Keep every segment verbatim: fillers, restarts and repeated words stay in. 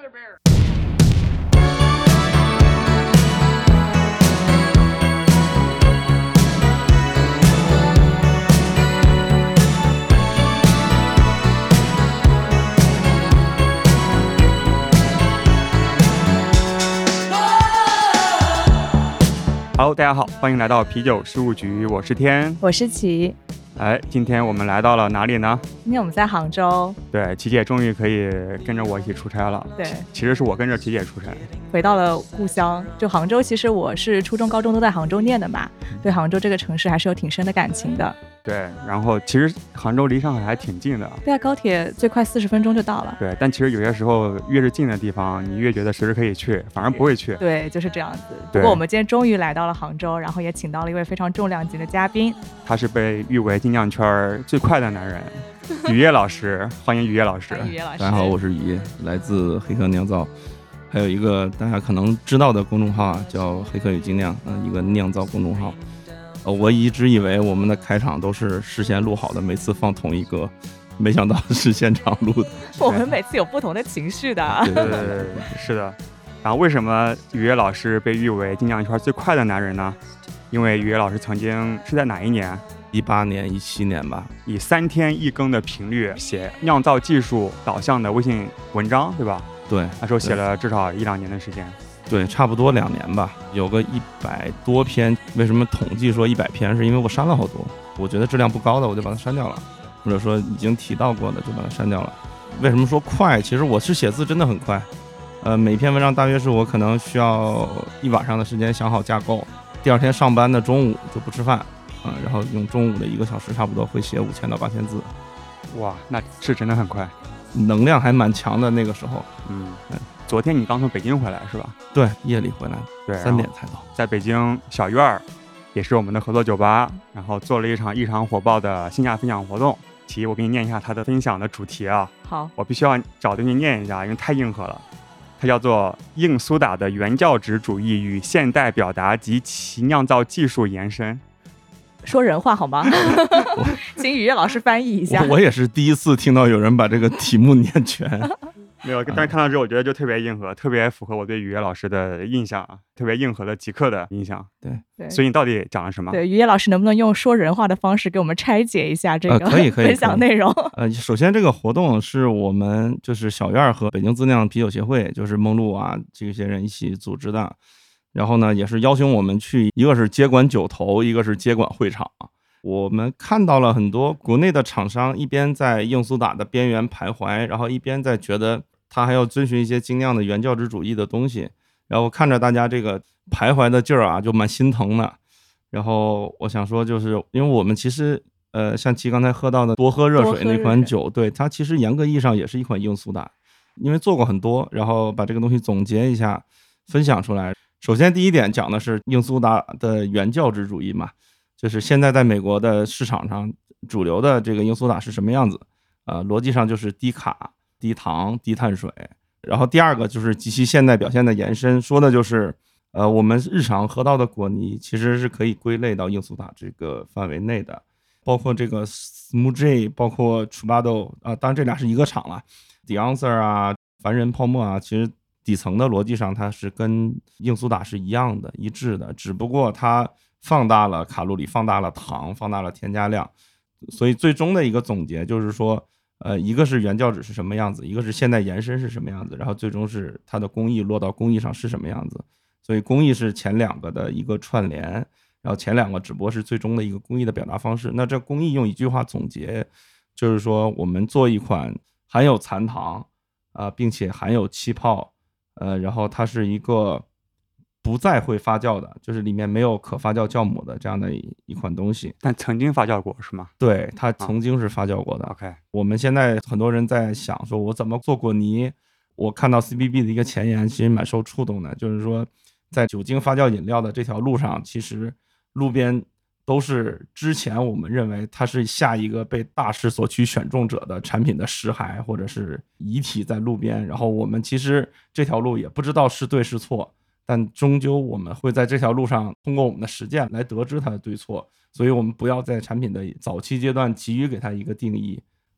Hello， 大家好，欢迎来到啤酒事务局，我是天， 我是琪。 哎，今天我们来到了哪里呢？ 今天我们在杭州。 对，琪姐终于可以跟着我一起出差了。 对， 其实是我跟着琪姐出差， 回到了故乡。就杭州，其实我是初中、高中都在杭州念的嘛，对杭州这个城市还是有挺深的感情的。 对，然后其实杭州离上海还挺近的。 对啊，高铁最快四十分钟就到了。 对，但其实有些时候越是近的地方，你越觉得随时可以去，反而不会去。 对，就是这样子。不过我们今天终于来到了杭州，然后也请到了一位非常重量级的嘉宾， 他是被誉为精酿圈最快的男人，雨夜老师，欢迎雨夜老师。 雨夜老师， 大家好，我是雨夜，来自黑客酿造，还有一个大家可能知道的公众号啊，叫黑客与精酿，嗯、呃，一个酿造公众号。呃，我一直以为我们的开场都是事先录好的，每次放同一个，没想到是现场录的。 我们每次有不同的情绪的。 对对对对，是的。然后为什么雨夜老师被誉为精酿圈最快的男人呢？因为雨夜老师曾经是在哪一年？ 一八年、一七年吧， 以三天一更的频率写酿造技术导向的微信文章，对吧？ 对， 那时候写了至少一两年的时间。 对，差不多两年吧，有个一百多篇。为什么统计说一百篇？是因为我删了好多，我觉得质量不高的我就把它删掉了，或者说已经提到过的就把它删掉了。为什么说快？其实我是写字真的很快，呃，每篇文章大约是我可能需要一晚上的时间想好架构，第二天上班的中午就不吃饭，啊、呃，然后用中午的一个小时差不多会写五千到八千字。 哇，那是真的很快， 能量还蛮强的那个时候。 嗯，嗯昨天你刚从北京回来是吧？ 对，夜里回来， 对， 三点才到。 在北京小院儿，也是我们的合作酒吧，然后做了一场异常火爆的线下分享活动。其我给你念一下他的分享的主题啊。 好， 我必须要找东西念一下，因为太硬核了。它叫做硬苏打的原教旨主义与现代表达及其酿造技术延伸。 说人话好吗？请雨夜老师翻译一下。 我, 我也是第一次听到有人把这个题目念全。 没有，但是看到之后我觉得就特别硬核，特别符合我对雨夜老师的印象啊，特别硬核的极客的印象。 对对， 所以你到底讲了什么？ 对，雨夜老师能不能用说人话的方式给我们拆解一下这个、 呃、可以可以分享内容？ 呃，首先这个活动是我们就是小院和北京自酿啤酒协会，就是梦露啊这些人一起组织的。然后呢，也是邀请我们去，一个是接管酒头，一个是接管会场。我们看到了很多国内的厂商一边在硬苏打的边缘徘徊，然后一边在觉得他还要遵循一些精酿的原教旨主义的东西，然后看着大家这个徘徊的劲儿啊，就蛮心疼的。然后我想说，就是因为我们其实呃，像其刚才喝到的多喝热水那款酒，对，它其实严格意义上也是一款硬苏打，因为做过很多，然后把这个东西总结一下，分享出来。首先第一点讲的是硬苏打的原教旨主义嘛，就是现在在美国的市场上主流的这个硬苏打是什么样子？呃，逻辑上就是低卡、低糖、低碳水。然后第二个就是极其现代表现的延伸，说的就是呃，我们日常喝到的果泥其实是可以归类到硬苏打这个范围内的，包括这个 Smooth J， 包括 Trubado 啊，当然这俩是一个厂了 ，The Answer 啊，凡人泡沫啊，其实底层的逻辑上它是跟硬苏打是一样的、一致的，只不过它放大了卡路里，放大了糖，放大了添加量。所以最终的一个总结就是说，呃，一个是原教旨是什么样子，一个是现代延伸是什么样子，然后最终是它的工艺落到工艺上是什么样子。所以工艺是前两个的一个串联，然后前两个只不过是最终的一个工艺的表达方式。那这工艺用一句话总结，就是说我们做一款含有残糖啊、呃，并且含有气泡，呃，然后它是一个不再会发酵的，就是里面没有可发酵酵母的这样的一款东西。 但曾经发酵过是吗？ 对，它曾经是发酵过的。 OK，、啊、 我们现在很多人在想说，我怎么做果泥？我看到 C B B 的一个前言，其实蛮受触动的，就是说，在酒精发酵饮料的这条路上，其实路边都是之前我们认为它是下一个被大势所趋选中者的产品的尸骸或者是遗体在路边，然后我们其实这条路也不知道是对是错。但终究我们会在这条路上通过我们的实践来得知它的对错，所以我们不要在产品的早期阶段急于给它一个定义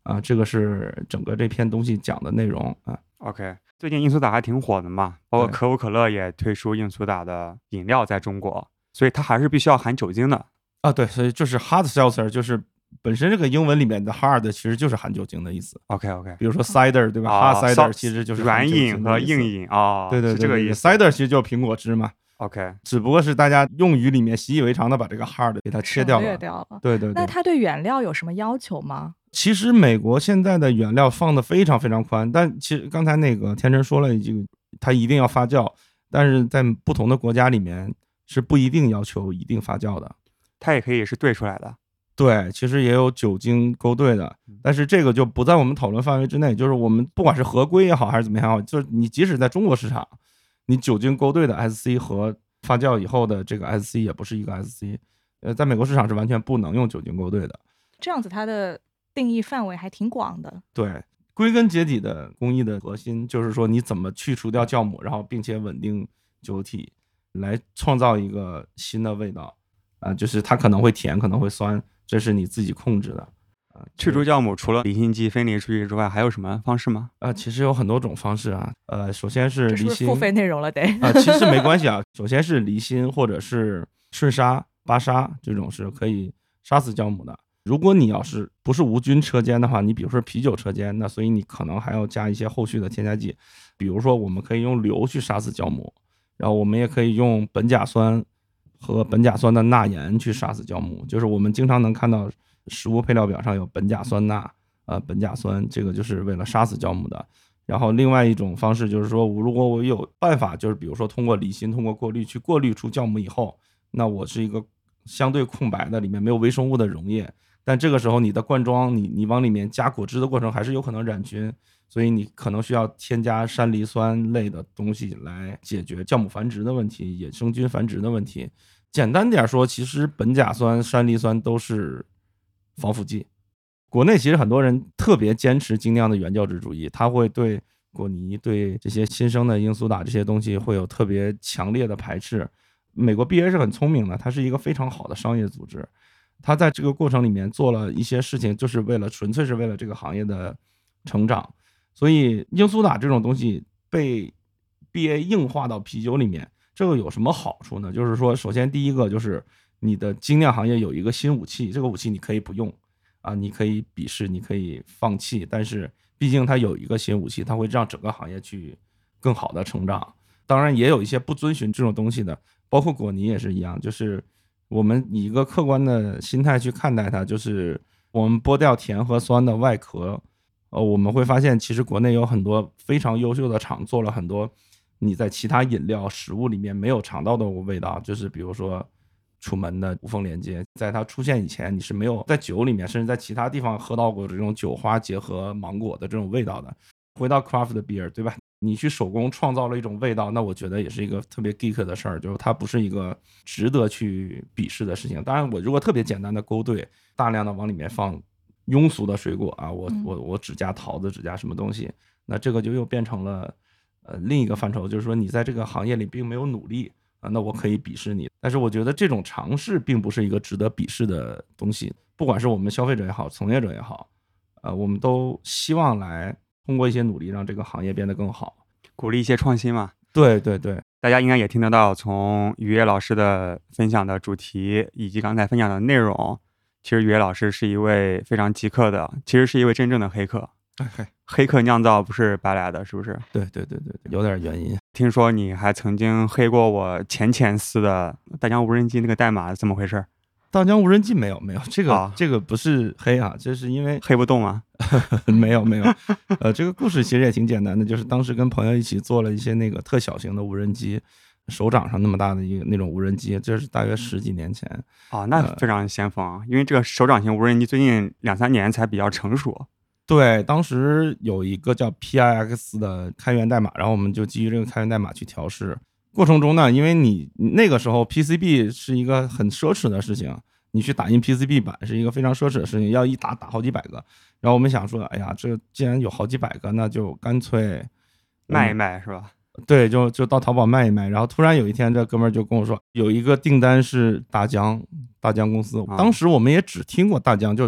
啊，这个是整个这篇东西讲的内容啊。 OK， 最近硬苏打还挺火的嘛，包括可口可乐也推出硬苏打的饮料在中国，所以它还是必须要含酒精的啊。对，所以就是 hard seltzer， 就是本身这个英文里面的 hard 其实就是含酒精的意思。 OK OK， 比如说 cider 对吧、 哦、 hard cider 其实就是软饮和硬饮啊， 对对对， 是这个意思。 cider 其实就是苹果汁嘛。 OK， 只不过是大家用语里面习以为常的把这个 hard 给它切掉了。 掉了。 对对对。 那它对原料有什么要求吗？ 其实美国现在的原料放的非常非常宽，但其实刚才那个天真说了一句，它一定要发酵，但是在不同的国家里面是不一定要求一定发酵的， 它也可以是兑出来的。 对，其实也有酒精勾兑的，但是这个就不在我们讨论范围之内。就是我们不管是合规也好还是怎么样，就是你即使在中国市场，你酒精勾兑的 S C 和发酵以后的这个 S C 也不是一个 S C， 呃，在美国市场是完全不能用酒精勾兑的。 这样子它的定义范围还挺广的。 对，归根结底的工艺的核心就是说你怎么去除掉酵母，然后并且稳定酒体，来创造一个新的味道啊、呃，就是它可能会甜，可能会酸，这是你自己控制的啊、呃。 去除酵母除了离心机分离出去之外，还有什么方式吗？ 啊、呃，其实有很多种方式啊。呃，首先是离心， 这是付费内容了得啊、呃，其实没关系啊。首先是离心或者是瞬杀、巴杀这种是可以杀死酵母的。如果你要是不是无菌车间的话，你比如说啤酒车间，那所以你可能还要加一些后续的添加剂，比如说我们可以用硫去杀死酵母，然后我们也可以用苯甲酸和苯甲酸的钠盐去杀死酵母，就是我们经常能看到食物配料表上有苯甲酸钠，呃，苯甲酸，这个就是为了杀死酵母的。然后另外一种方式就是说，如果我有办法，就是比如说通过离心、通过过滤去过滤出酵母以后，那我是一个相对空白的，里面没有微生物的溶液。但这个时候你的灌装，你你往里面加果汁的过程还是有可能染菌，所以你可能需要添加山梨酸类的东西来解决酵母繁殖的问题、野生菌繁殖的问题。简单点说，其实苯甲酸、山梨酸都是防腐剂。国内其实很多人特别坚持精酿的原教旨主义，他会对果泥、对这些新生的罂苏打这些东西会有特别强烈的排斥。美国 B A 是很聪明的，它是一个非常好的商业组织。他在这个过程里面做了一些事情，就是为了纯粹是为了这个行业的成长。所以罂苏打这种东西被 B A 硬化到啤酒里面，这个有什么好处呢？就是说，首先第一个就是你的精酿行业有一个新武器，这个武器你可以不用啊，你可以鄙视，你可以放弃，但是毕竟它有一个新武器，它会让整个行业去更好的成长。当然也有一些不遵循这种东西的，包括果泥也是一样，就是我们以一个客观的心态去看待它，就是我们剥掉甜和酸的外壳，呃，我们会发现其实国内有很多非常优秀的厂做了很多你在其他饮料食物里面没有尝到的味道，就是比如说楚门的无缝连接，在它出现以前你是没有在酒里面甚至在其他地方喝到过这种酒花结合芒果的这种味道的。回到 craft beer 对吧，你去手工创造了一种味道，那我觉得也是一个特别 geek 的事儿，就是它不是一个值得去鄙视的事情。当然我如果特别简单的勾兑，大量的往里面放庸俗的水果啊，我我我只加桃子只加什么东西，那这个就又变成了呃另一个范畴，就是说你在这个行业里并没有努力啊，那我可以鄙视你。但是我觉得这种尝试并不是一个值得鄙视的东西，不管是我们消费者也好，从业者也好，呃，我们都希望来通过一些努力让这个行业变得更好， 鼓励一些创新嘛。 对对对， 大家应该也听得到，从于野老师的分享的主题以及刚才分享的内容，其实于野老师是一位非常极客的，其实是一位真正的黑客。 哎， 黑客酿造不是白来的，是不是？ 对对对对，有点原因。 听说你还曾经黑过我前前司的大疆无人机那个代码，怎么回事？ 大疆无人机没有没有，这个、 啊、 这个不是黑啊，这是因为黑不动啊。 没有没有，呃，这个故事其实也挺简单的，就是当时跟朋友一起做了一些那个特小型的无人机，手掌上那么大的一个那种无人机，这是大约十几年前。 哦，那非常先锋啊、呃，因为这个手掌型无人机最近两三年才比较成熟。 对，当时有一个叫 P I X 的开源代码，然后我们就基于这个开源代码去调试。过程中呢，因为你那个时候 P C B 是一个很奢侈的事情，你去打印 P C B 板是一个非常奢侈的事情，要一打打好几百个。然后我们想说，哎呀，这既然有好几百个，那就干脆卖一卖，是吧？ 对，就就到淘宝卖一卖。然后突然有一天，这哥们儿就跟我说，有一个订单是大疆，大疆公司。当时我们也只听过大疆，就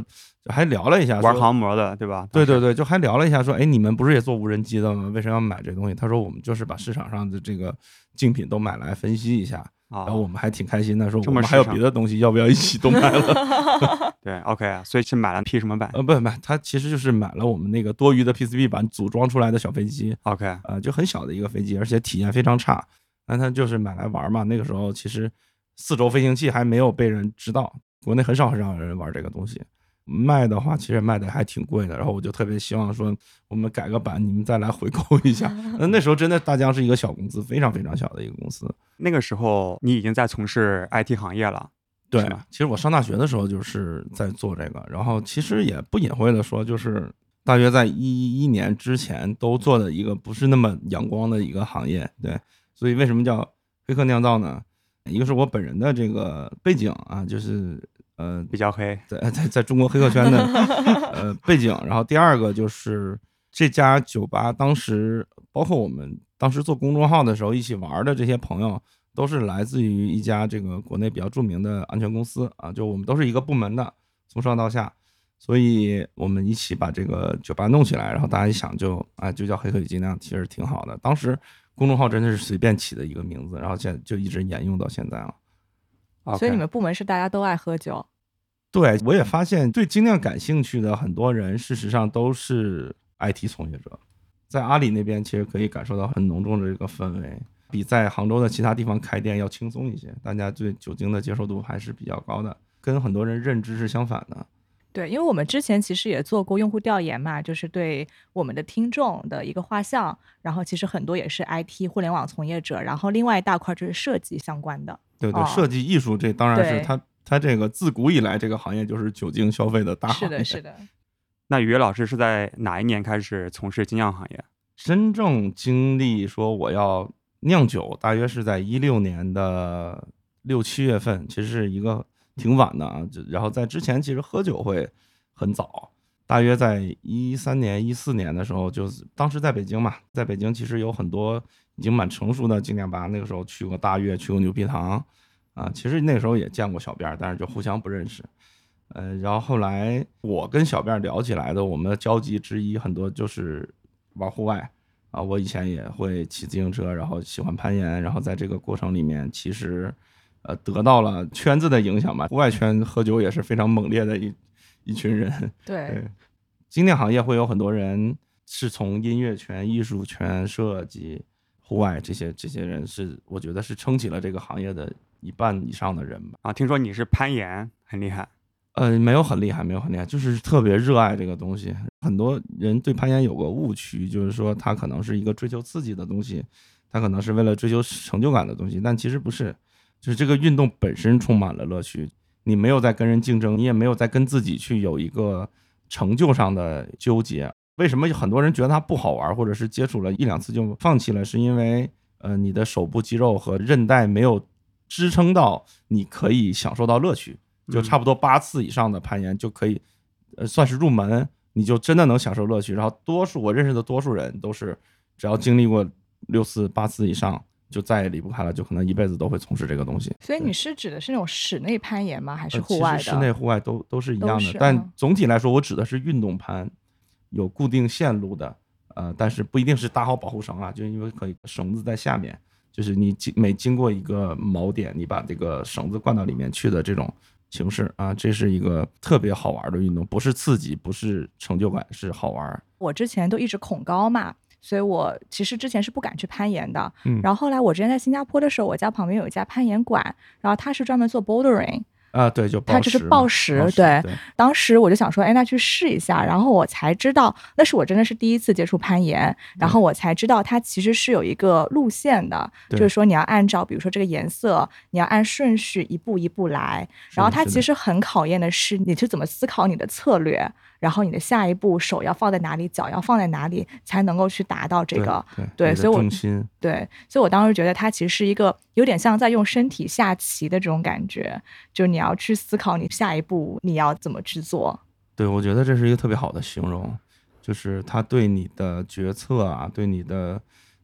还聊了一下玩航模的对吧？ 对对对，就还聊了一下说，哎，你们不是也做无人机的吗？为什么要买这东西？他说我们就是把市场上的这个竞品都买来分析一下。然后我们还挺开心的，说我们还有别的东西，要不要一起都买了？ 对 ，OK， 所以是买了 P 什么版？ 呃，不不，他其实就是买了我们那个多余的 P C B 版组装出来的小飞机。 OK， 呃，就很小的一个飞机，而且体验非常差。那他就是买来玩嘛。那个时候其实四轴飞行器还没有被人知道，国内很少很少有人玩这个东西。卖的话其实卖的还挺贵的，然后我就特别希望说我们改个版，你们再来回购一下。那时候真的大疆是一个小公司，非常非常小的一个公司。 那个时候你已经在从事 I T 行业了。 对，其实我上大学的时候就是在做这个，然后其实也不隐晦的说，就是大约在一一年之前都做的一个不是那么阳光的一个行业。对，所以为什么叫黑客酿造呢？一个是我本人的这个背景啊，就是呃比较黑， 在在在中国黑客圈的呃背景，然后第二个就是这家酒吧当时包括我们当时做公众号的时候一起玩的这些朋友，都是来自于一家这个国内比较著名的安全公司啊，就我们都是一个部门的，从上到下，所以我们一起把这个酒吧弄起来，然后大家一想就啊就叫黑客与精酿，其实挺好的。当时公众号真的是随便起的一个名字，然后现在就一直沿用到现在了。 所以你们部门是大家都爱喝酒？ 对，我也发现对精酿感兴趣的很多人，事实上都是 I T 从业者。在阿里那边，其实可以感受到很浓重的这个氛围，比在杭州的其他地方开店要轻松一些。大家对酒精的接受度还是比较高的，跟很多人认知是相反的。 对，因为我们之前其实也做过用户调研嘛，就是对我们的听众的一个画像，然后其实很多也是 I T 互联网从业者，然后另外一大块就是设计相关的。 对对， 哦、 设计艺术这当然是它它这个自古以来这个行业就是酒精消费的大行业。 是的，是的。 那于老师是在哪一年开始从事精酿行业？ 真正经历说我要酿酒，大约是在一六年的六七月份，其实是一个挺晚的啊。然后在之前其实喝酒会很早，大约在一三年、一四年的时候，就是当时在北京嘛，在北京其实有很多已经蛮成熟的精酿吧。那个时候去过大悦，去过牛皮糖啊，其实那个时候也见过小辫，但是就互相不认识。呃，然后后来我跟小辫聊起来的，我们的交集之一很多就是玩户外啊。我以前也会骑自行车，然后喜欢攀岩，然后在这个过程里面，其实呃得到了圈子的影响吧。户外圈喝酒也是非常猛烈的一一群人。 对， 对，精酿行业会有很多人是从音乐圈、艺术圈、设计、户外这些这些人是，我觉得是撑起了这个行业的一半以上的人吧。 啊，听说你是攀岩很厉害。 呃，没有很厉害，没有很厉害，就是特别热爱这个东西。很多人对攀岩有个误区，就是说它可能是一个追求刺激的东西，它可能是为了追求成就感的东西，但其实不是。就是这个运动本身充满了乐趣，你没有在跟人竞争，你也没有在跟自己去有一个成就上的纠结。为什么很多人觉得它不好玩，或者是接触了一两次就放弃了？是因为呃，你的手部肌肉和韧带没有支撑到你可以享受到乐趣。就差不多八次以上的攀岩就可以，呃，算是入门，你就真的能享受乐趣。然后多数我认识的多数人都是，只要经历过六次八次以上，就再也离不开了，就可能一辈子都会从事这个东西。 所以你是指的是那种室内攀岩吗？还是户外的？ 呃、其实室内户外都都是一样的， 嗯、 但总体来说，我指的是运动攀，有固定线路的，呃，但是不一定是搭好保护绳啊，就因为可以绳子在下面，就是你每经过一个锚点，你把这个绳子灌到里面去的这种形式啊，这是一个特别好玩的运动，不是刺激，不是成就感，是好玩。 我之前都一直恐高嘛，所以我其实之前是不敢去攀岩的。 嗯， 然后后来我之前在新加坡的时候，我家旁边有一家攀岩馆，然后它是专门做 bouldering。 啊，对，就它就是暴食，对。 对， 当时我就想说，哎，那去试一下。然后我才知道，那是我真的是第一次接触攀岩，然后我才知道它其实是有一个路线的，就是说你要按照，比如说这个颜色，你要按顺序一步一步来。然后它其实很考验的是你是怎么思考你的策略，然后你的下一步手要放在哪里，脚要放在哪里，才能够去达到这个。 对， 对，所以我重心， 对，所以我当时觉得它其实是一个有点像在用身体下棋的这种感觉，就你要去思考你下一步你要怎么去做。 对，我觉得这是一个特别好的形容，就是它对你的决策啊，对你的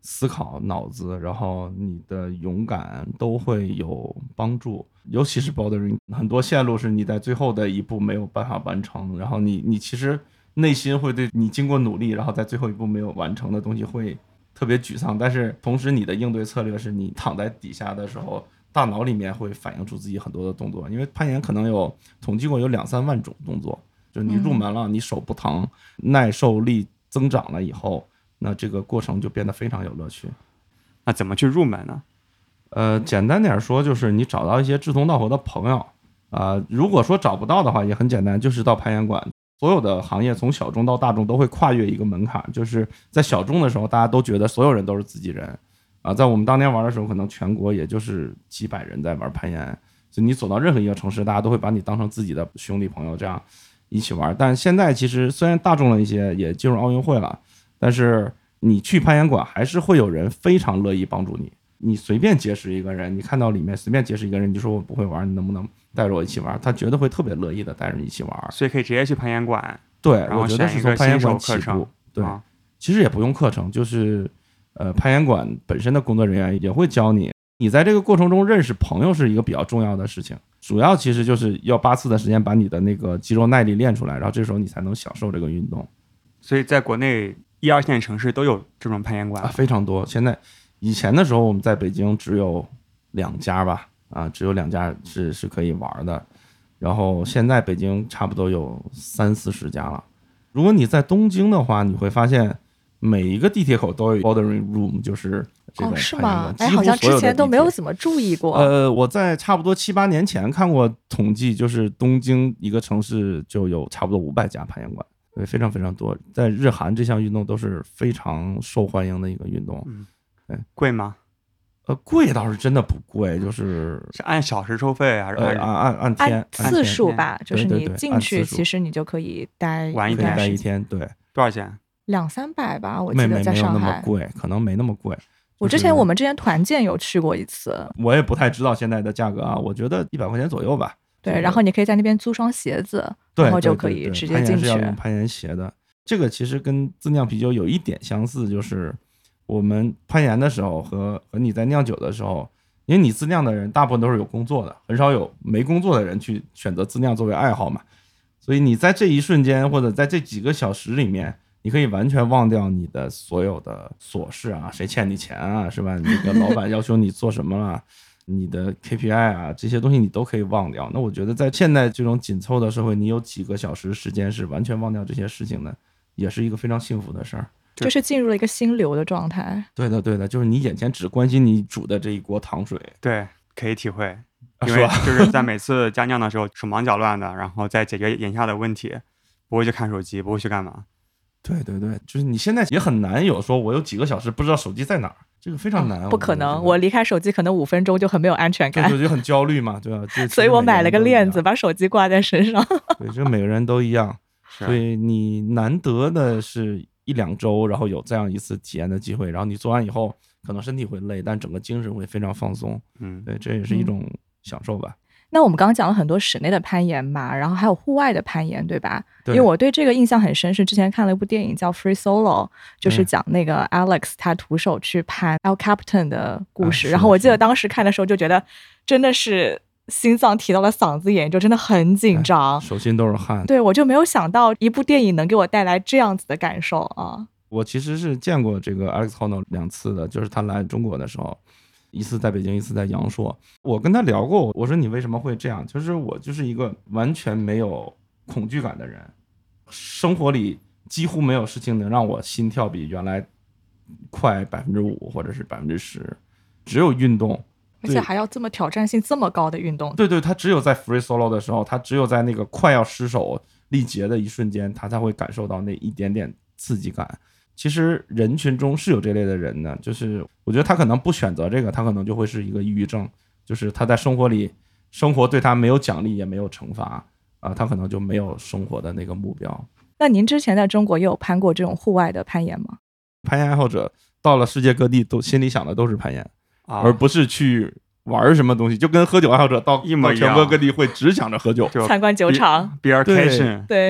思考脑子，然后你的勇敢都会有帮助。尤其是 bouldering， 很多线路是你在最后的一步没有办法完成，然后你你其实内心会对你经过努力，然后在最后一步没有完成的东西会特别沮丧，但是同时你的应对策略是你躺在底下的时候，大脑里面会反映出自己很多的动作，因为攀岩可能有统计过有两三万种动作，就你入门了，你手不疼，耐受力增长了以后，那这个过程就变得非常有乐趣。 那怎么去入门呢？ 呃，简单点说，就是你找到一些志同道合的朋友啊、呃。如果说找不到的话，也很简单，就是到攀岩馆。所有的行业从小众到大众都会跨越一个门槛，就是在小众的时候，大家都觉得所有人都是自己人啊、呃。在我们当年玩的时候，可能全国也就是几百人在玩攀岩，所以你走到任何一个城市，大家都会把你当成自己的兄弟朋友，这样一起玩。但现在其实虽然大众了一些，也进入奥运会了，但是你去攀岩馆还是会有人非常乐意帮助你。你随便结识一个人，你看到里面随便结识一个人，你就说我不会玩，你能不能带着我一起玩？他绝对会特别乐意的带着你一起玩。 所以可以直接去攀岩馆。 对， 然后我觉得是从攀岩馆起步。对、 啊， 其实也不用课程，就是呃，攀岩馆本身的工作人员也会教你。你在这个过程中认识朋友是一个比较重要的事情，主要其实就是要八次的时间把你的那个肌肉耐力练出来，然后这时候你才能享受这个运动。 所以在国内一二线城市都有这种攀岩馆、 啊、非常多。现在以前的时候我们在北京只有两家吧，啊，只有两家是是可以玩的，然后现在北京差不多有三四十家了。如果你在东京的话，你会发现每一个地铁口都有 bouldering room， 就是这种哦，是吗？ 哎， 好像之前都没有怎么注意过。 呃，我在差不多七八年前看过统计，就是东京一个城市就有差不多五百家攀岩馆。对，非常非常多，在日韩这项运动都是非常受欢迎的一个运动。 嗯，对，贵吗？ 呃，贵倒是真的不贵，就是是按小时收费还是按、 呃、按按按天按次数吧？就是你进去，其实你就可以待玩一天，待一天。对， 多少钱？ 两三百吧，我记得在上海。 没没没有那么贵，可能没那么贵。 我之前我们之前团建有去过一次， 我也不太知道现在的价格啊，我觉得一百块钱左右吧。 对，然后你可以在那边租双鞋子，然后就可以直接进去。 攀岩是要用攀岩鞋的，这个其实跟自酿啤酒有一点相似，就是我们攀岩的时候和和你在酿酒的时候，因为你自酿的人大部分都是有工作的，很少有没工作的人去选择自酿作为爱好嘛，所以你在这一瞬间或者在这几个小时里面，你可以完全忘掉你的所有的琐事啊，谁欠你钱啊，是吧？你的老板要求你做什么了？你的 K P I 啊，这些东西你都可以忘掉。那我觉得在现在这种紧凑的社会，你有几个小时时间是完全忘掉这些事情的，也是一个非常幸福的事儿。 就是进入了一个心流的状态。 对的，对的，就是你眼前只关心你煮的这一锅糖水。 对，可以体会，因为就是在每次加酿的时候手忙脚乱的，然后再解决眼下的问题，不会去看手机，不会去干嘛。 对对对，就是你现在也很难有说我有几个小时不知道手机在哪儿，这个非常难。 哦、不可能，我离开手机可能五分钟就很没有安全感， 对，就很焦虑嘛，对吧？ 所以我买了个链子，把手机挂在身上。 对，这每个人都一样，所以你难得的是一两周，然后有这样一次体验的机会，然后你做完以后，可能身体会累，但整个精神会非常放松。 嗯， 对，这也是一种享受吧。 嗯，那我们刚刚讲了很多室内的攀岩嘛，然后还有户外的攀岩，对吧？ 对， 因为我对这个印象很深，是之前看了一部电影叫《Free Solo》，就是讲那个 Alex 他徒手去攀 El Capitan 的故事。 啊、 然后我记得当时看的时候就觉得，真的是心脏提到了嗓子眼，就真的很紧张， 手心都是汗。 对，我就没有想到一部电影能给我带来这样子的感受啊！ 我其实是见过这个 Alex Honnold 两次的，就是他来中国的时候。一次在北京，一次在阳朔。我跟他聊过，我说你为什么会这样？就是我就是一个完全没有恐惧感的人，生活里几乎没有事情能让我心跳比原来快百分之五或者是百分之十，只有运动， 而且还要这么挑战性这么高的运动。 对对，他只有在 free solo 的时候，他只有在那个快要失手力竭的一瞬间，他才会感受到那一点点刺激感。其实人群中是有这类的人的，就是我觉得他可能不选择这个，他可能就会是一个抑郁症，就是他在生活里，生活对他没有奖励也没有惩罚啊、呃，他可能就没有生活的那个目标。 那您之前在中国也有攀过这种户外的攀岩吗？ 攀岩爱好者到了世界各地都心里想的都是攀岩、啊、而不是去玩什么东西，就跟喝酒爱好者到一模一样， 全国各地会只想着喝酒， 参观酒厂 beer station， 对。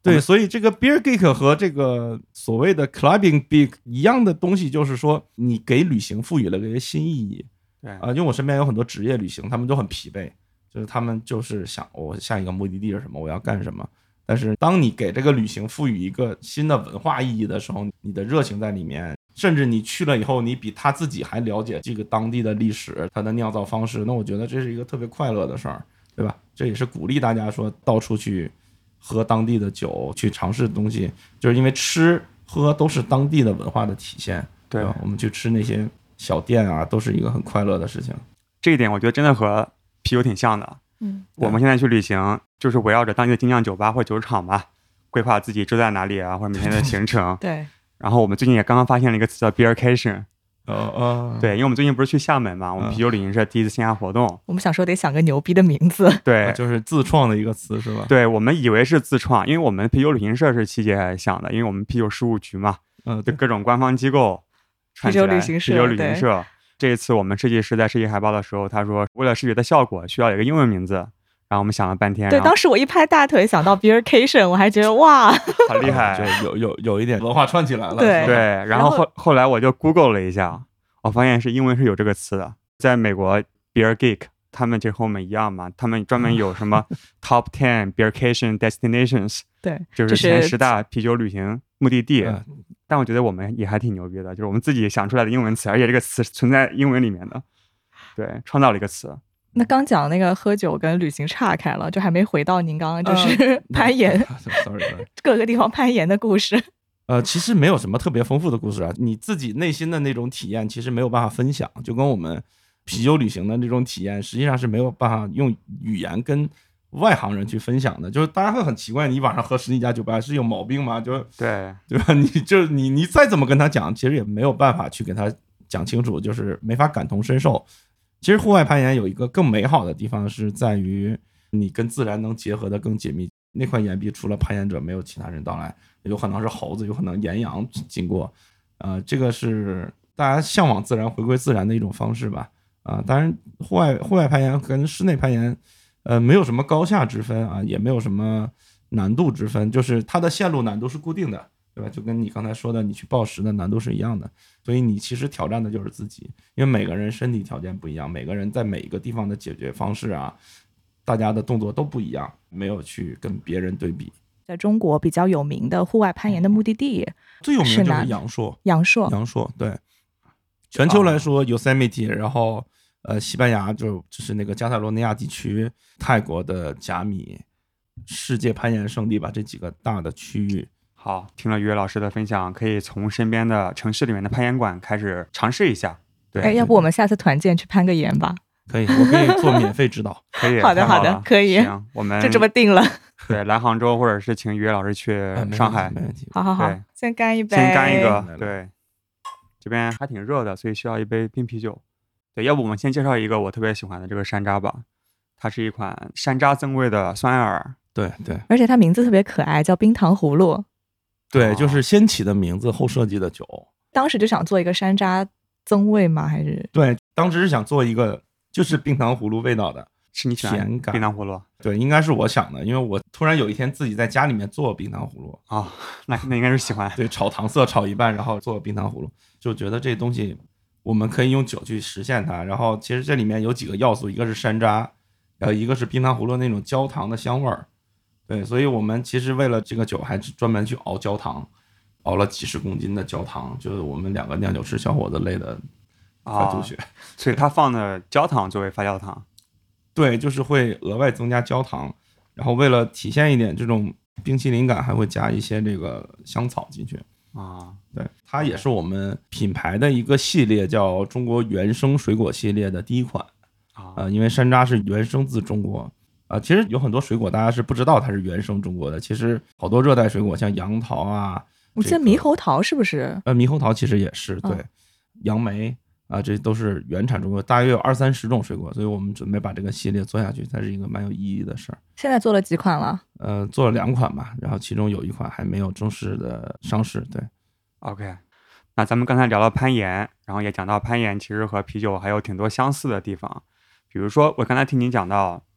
对，所以这个 beer geek 和这个所谓的 clubbing geek 一样的东西，就是说你给旅行赋予了个新意义。 对啊、呃，因为我身边有很多职业旅行，他们都很疲惫，就是他们就是想我下一个目的地是什么，我要干什么。但是当你给这个旅行赋予一个新的文化意义的时候，你的热情在里面，甚至你去了以后，你比他自己还了解这个当地的历史，他的酿造方式，那我觉得这是一个特别快乐的事儿，对吧？这也是鼓励大家说到处去喝当地的酒，去尝试东西，就是因为吃喝都是当地的文化的体现，对吧？我们去吃那些小店啊，都是一个很快乐的事情。 这一点我觉得真的和啤酒挺像的。 嗯， 我们现在去旅行，就是围绕着当地的精酿酒吧或酒厂吧，规划自己住在哪里啊，或者每天的行程。 对。 然后我们最近也刚刚发现了一个词叫 beercation。 哦哦， 对，因为我们最近不是去厦门嘛，我们啤酒旅行社第一次线下活动， 我们想说得想个牛逼的名字。 对， 就是自创的一个词是吧？ 对，我们以为是自创，因为我们啤酒旅行社是七姐想的，因为我们啤酒事务局嘛， 嗯， 就各种官方机构串起来， 啤酒旅行社， 啤酒旅行社。这一次我们设计师在设计海报的时候，他说为了视觉的效果需要有一个英文名字，然后我们想了半天。 对，当时我一拍大腿想到 beercation， 我还觉得哇， 好厉害， 就有有有一点文化串起来了。 对对，然后后后来我就 Google 了一下，我发现是英文是有这个词的，在美国 beer geek 他们这和我们一样嘛，他们专门有什么 top ten beercation destinations， 对， 就是前十大啤酒旅行目的地。嗯，但我觉得我们也还挺牛逼的，就是我们自己想出来的英文词，而且这个词存在英文里面的，对，创造了一个词。 那刚讲那个喝酒跟旅行岔开了，就还没回到您刚刚就是攀岩、 uh, sorry, sorry. 各个地方攀岩的故事。 呃，其实没有什么特别丰富的故事啊，你自己内心的那种体验其实没有办法分享，就跟我们啤酒旅行的那种体验实际上是没有办法用语言跟外行人去分享的。就是大家会很奇怪，你晚上喝十几家酒吧是有毛病吗？就对对吧？你就你你再怎么跟他讲，其实也没有办法去给他讲清楚，就是没法感同身受。其实户外攀岩有一个更美好的地方是在于你跟自然能结合的更紧密。那块岩壁除了攀岩者没有其他人到来，有可能是猴子，有可能岩羊经过，呃，这个是大家向往自然、回归自然的一种方式吧。啊、呃，当然户外户外攀岩跟室内攀岩，呃，没有什么高下之分啊，也没有什么难度之分，就是它的线路难度是固定的，对吧？就跟你刚才说的，你去报时的难度是一样的。所以你其实挑战的就是自己，因为每个人身体条件不一样，每个人在每一个地方的解决方式啊，大家的动作都不一样，没有去跟别人对比。 在中国比较有名的户外攀岩的目的地， 最有名的就是阳朔。 阳朔， 阳朔，对。全球来说 ，Yosemite， 然后呃，西班牙就就是那个加泰罗尼亚地区，泰国的甲米，世界攀岩圣地吧，这几个大的区域。 好，听了于越老师的分享，可以从身边的城市里面的攀岩馆开始尝试一下。对， 哎，要不我们下次团建去攀个岩吧？ 可以，我可以做免费指导。 可以， 好的好的，可以。 行，我们就这么定了。 对，来杭州或者是请于越老师去上海。 没问题。 好好好，先干一杯。 先干一个，对。这边还挺热的，所以需要一杯冰啤酒。对，要不我们先介绍一个我特别喜欢的这个山楂吧，它是一款山楂增味的酸艾尔。 对对， 而且它名字特别可爱，叫冰糖葫芦。 对，就是先起的名字后设计的酒。 当时就想做一个山楂增味吗？还是？ 对，当时是想做一个就是冰糖葫芦味道的， 是你喜欢甜感冰糖葫芦？ 对，应该是我想的，因为我突然有一天自己在家里面做冰糖葫芦啊、哦，那那应该是喜欢。 对，炒糖色炒一半，然后做冰糖葫芦，就觉得这东西我们可以用酒去实现它。然后其实这里面有几个要素，一个是山楂，然后一个是冰糖葫芦那种焦糖的香味儿。对，所以我们其实为了这个酒还专门去熬焦糖，熬了几十公斤的焦糖，就是我们两个酿酒师小伙子累的快吐血、 哦。所以他放的焦糖作为发酵糖。 对，就是会额外增加焦糖，然后为了体现一点这种冰淇淋感，还会加一些这个香草进去啊。 对，它也是我们品牌的一个系列，叫中国原生水果系列的第一款啊、呃。因为山楂是原生自中国啊、呃，其实有很多水果大家是不知道它是原生中国的，其实好多热带水果像杨桃啊， 我记得猕猴桃是不是？ 呃，猕猴桃其实也是对， 哦、 杨梅。啊，这都是原产中国，大约有二三十种水果，所以我们准备把这个系列做下去，它是一个蛮有意义的事儿。 现在做了几款了？ 呃，做了两款吧，然后其中有一款还没有正式的上市。对 ，OK， 那咱们刚才聊了攀岩，然后也讲到攀岩其实和啤酒还有挺多相似的地方，比如说我刚才听您讲到，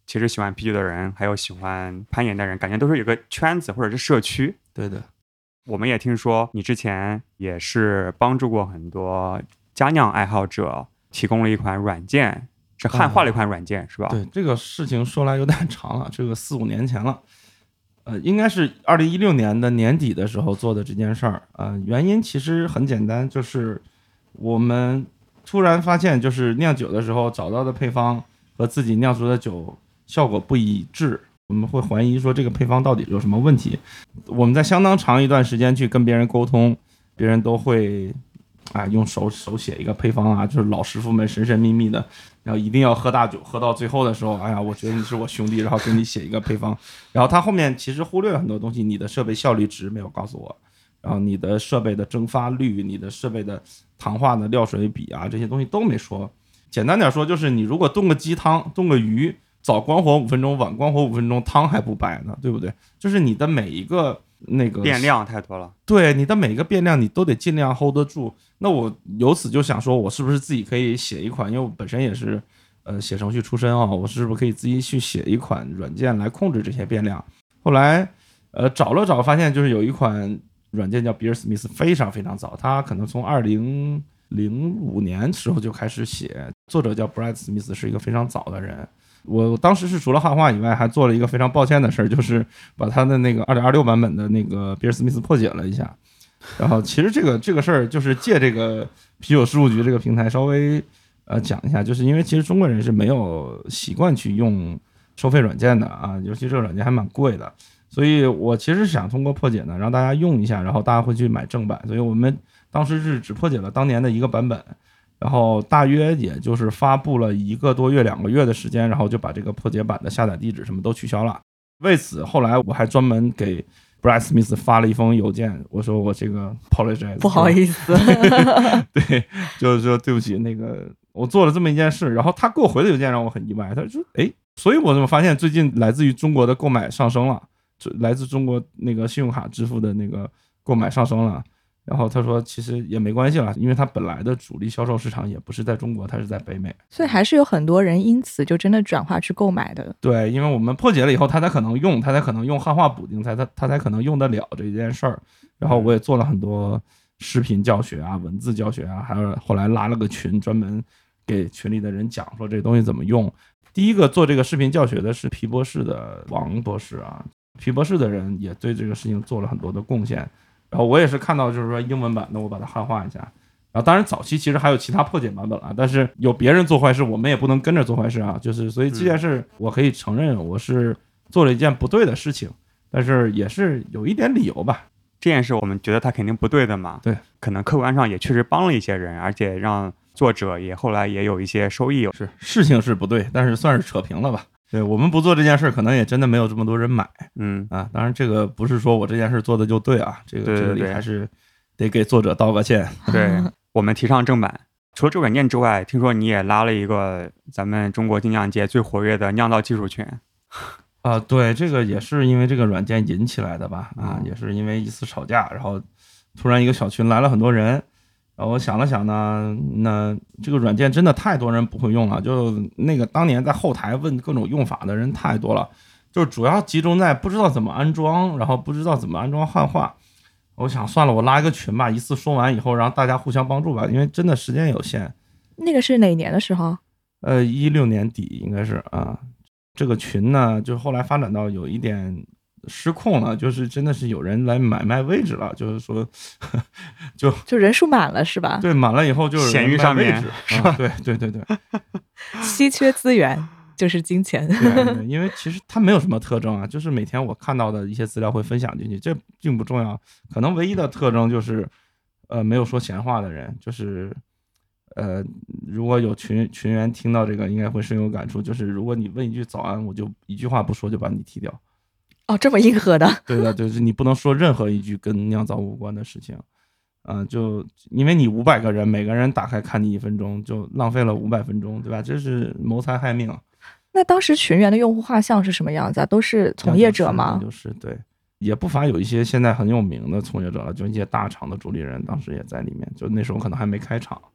其实喜欢啤酒的人，还有喜欢攀岩的人，感觉都是有个圈子或者是社区。 对的。 我们也听说你之前也是帮助过很多佳酿爱好者，提供了一款软件，是汉化了一款软件、嗯、是吧？ 对，这个事情说来有点长了，这个四五年前了，呃，应该是二零一六年的年底的时候做的这件事儿。呃，原因其实很简单，就是我们突然发现，就是酿酒的时候找到的配方和自己酿出的酒效果不一致。我们会怀疑说这个配方到底有什么问题。我们在相当长一段时间去跟别人沟通，别人都会啊用手手写一个配方啊，就是老师傅们神神秘秘的，然后一定要喝大酒，喝到最后的时候，哎呀，我觉得你是我兄弟，然后给你写一个配方。然后他后面其实忽略了很多东西，你的设备效率值没有告诉我，然后你的设备的蒸发率，你的设备的糖化的料水比啊，这些东西都没说。简单点说，就是你如果炖个鸡汤，炖个鱼，早关火五分钟，晚关火五分钟，汤还不白呢，对不对？就是你的每一个那个变量太多了， 对，你的每一个变量你都得尽量 hold 得住。那我由此就想说，我是不是自己可以写一款，因为我本身也是呃写程序出身啊，我是不是可以自己去写一款软件来控制这些变量？后来呃找了找，发现就是有一款软件叫 Beersmith， 非常非常早，它可能从二零零五年时候就开始写，作者叫 Brad Smith， 是一个非常早的人。我当时是除了汉化以外，还做了一个非常抱歉的事儿，就是把他的那个二点二六版本的那个比尔斯密斯破解了一下。然后其实这个这个事儿就是借这个啤酒事务局这个平台稍微呃讲一下，就是因为其实中国人是没有习惯去用收费软件的啊，尤其这个软件还蛮贵的，所以我其实想通过破解呢，让大家用一下，然后大家会去买正版，所以我们当时是只破解了当年的一个版本。然后大约也就是发布了一个多月两个月的时间，然后就把这个破解版的下载地址什么都取消了。为此后来我还专门给 Brad Smith 发了一封邮件，我说我这个 apologize 不好意思对，就说对不起，那个我做了这么一件事。然后他给我回的邮件让我很意外，他说诶，所以我怎么发现最近来自于中国的购买上升了，来自中国那个信用卡支付的那个购买上升了。然后他说其实也没关系了，因为他本来的主力销售市场也不是在中国，他是在北美， 所以还是有很多人因此就真的转化去购买的。 对，因为我们破解了以后他才可能用，他才可能用汉化补丁，他他他才可能用得了这件事儿。然后我也做了很多视频教学啊，文字教学啊，还有后来拉了个群，专门给群里的人讲说这东西怎么用。第一个做这个视频教学的是皮博士的王博士啊，皮博士的人也对这个事情做了很多的贡献。然后我也是看到就是说英文版的我把它汉化一下，然后当然早期其实还有其他破解版本啊，但是有别人做坏事我们也不能跟着做坏事啊，就是所以这件事我可以承认我是做了一件不对的事情，但是也是有一点理由吧。 这件事我们觉得它肯定不对的嘛， 对， 可能客观上也确实帮了一些人，而且让作者也后来也有一些收益。 是事情是不对，但是算是扯平了吧。对，我们不做这件事可能也真的没有这么多人买。 嗯啊，当然这个不是说我这件事做的就对啊，这个对对对这里还是得给作者道个歉。 对，我们提倡正版。除了这个软件之外，听说你也拉了一个咱们中国精酿界最活跃的酿造技术群。 啊，对，这个也是因为这个软件引起来的吧？啊， 嗯、 也是因为一次吵架，然后突然一个小群来了很多人。然后我想了想呢，那这个软件真的太多人不会用了，就那个当年在后台问各种用法的人太多了，就主要集中在不知道怎么安装，然后不知道怎么安装汉化。我想算了，我拉一个群吧，一次说完以后让大家互相帮助吧，因为真的时间有限。 那个是哪年的时候？呃， 一六年底应该是啊。这个群呢，就后来发展到有一点失控了，就是真的是有人来买卖位置了，就是说就就人数满了是吧？ 对，满了以后就是闲鱼上面是吧、 啊、对对对对稀缺资源就是金钱。 对对，因为其实它没有什么特征啊，就是每天我看到的一些资料会分享进去，这并不重要，可能唯一的特征就是呃没有说闲话的人，就是呃，如果有群群员听到这个应该会深有感触，就是如果你问一句早安，我就一句话不说就把你踢掉。 哦，这么硬核的？ 对的，就是你不能说任何一句跟酿造无关的事情，啊、呃，就因为你五百个人，每个人打开看你一分钟，就浪费了五百分钟，对吧？这是谋财害命。 那当时群员的用户画像是什么样子啊？都是从业者吗？ 就是对，也不乏有一些现在很有名的从业者了，就一些大厂的主理人，当时也在里面，就那时候可能还没开厂。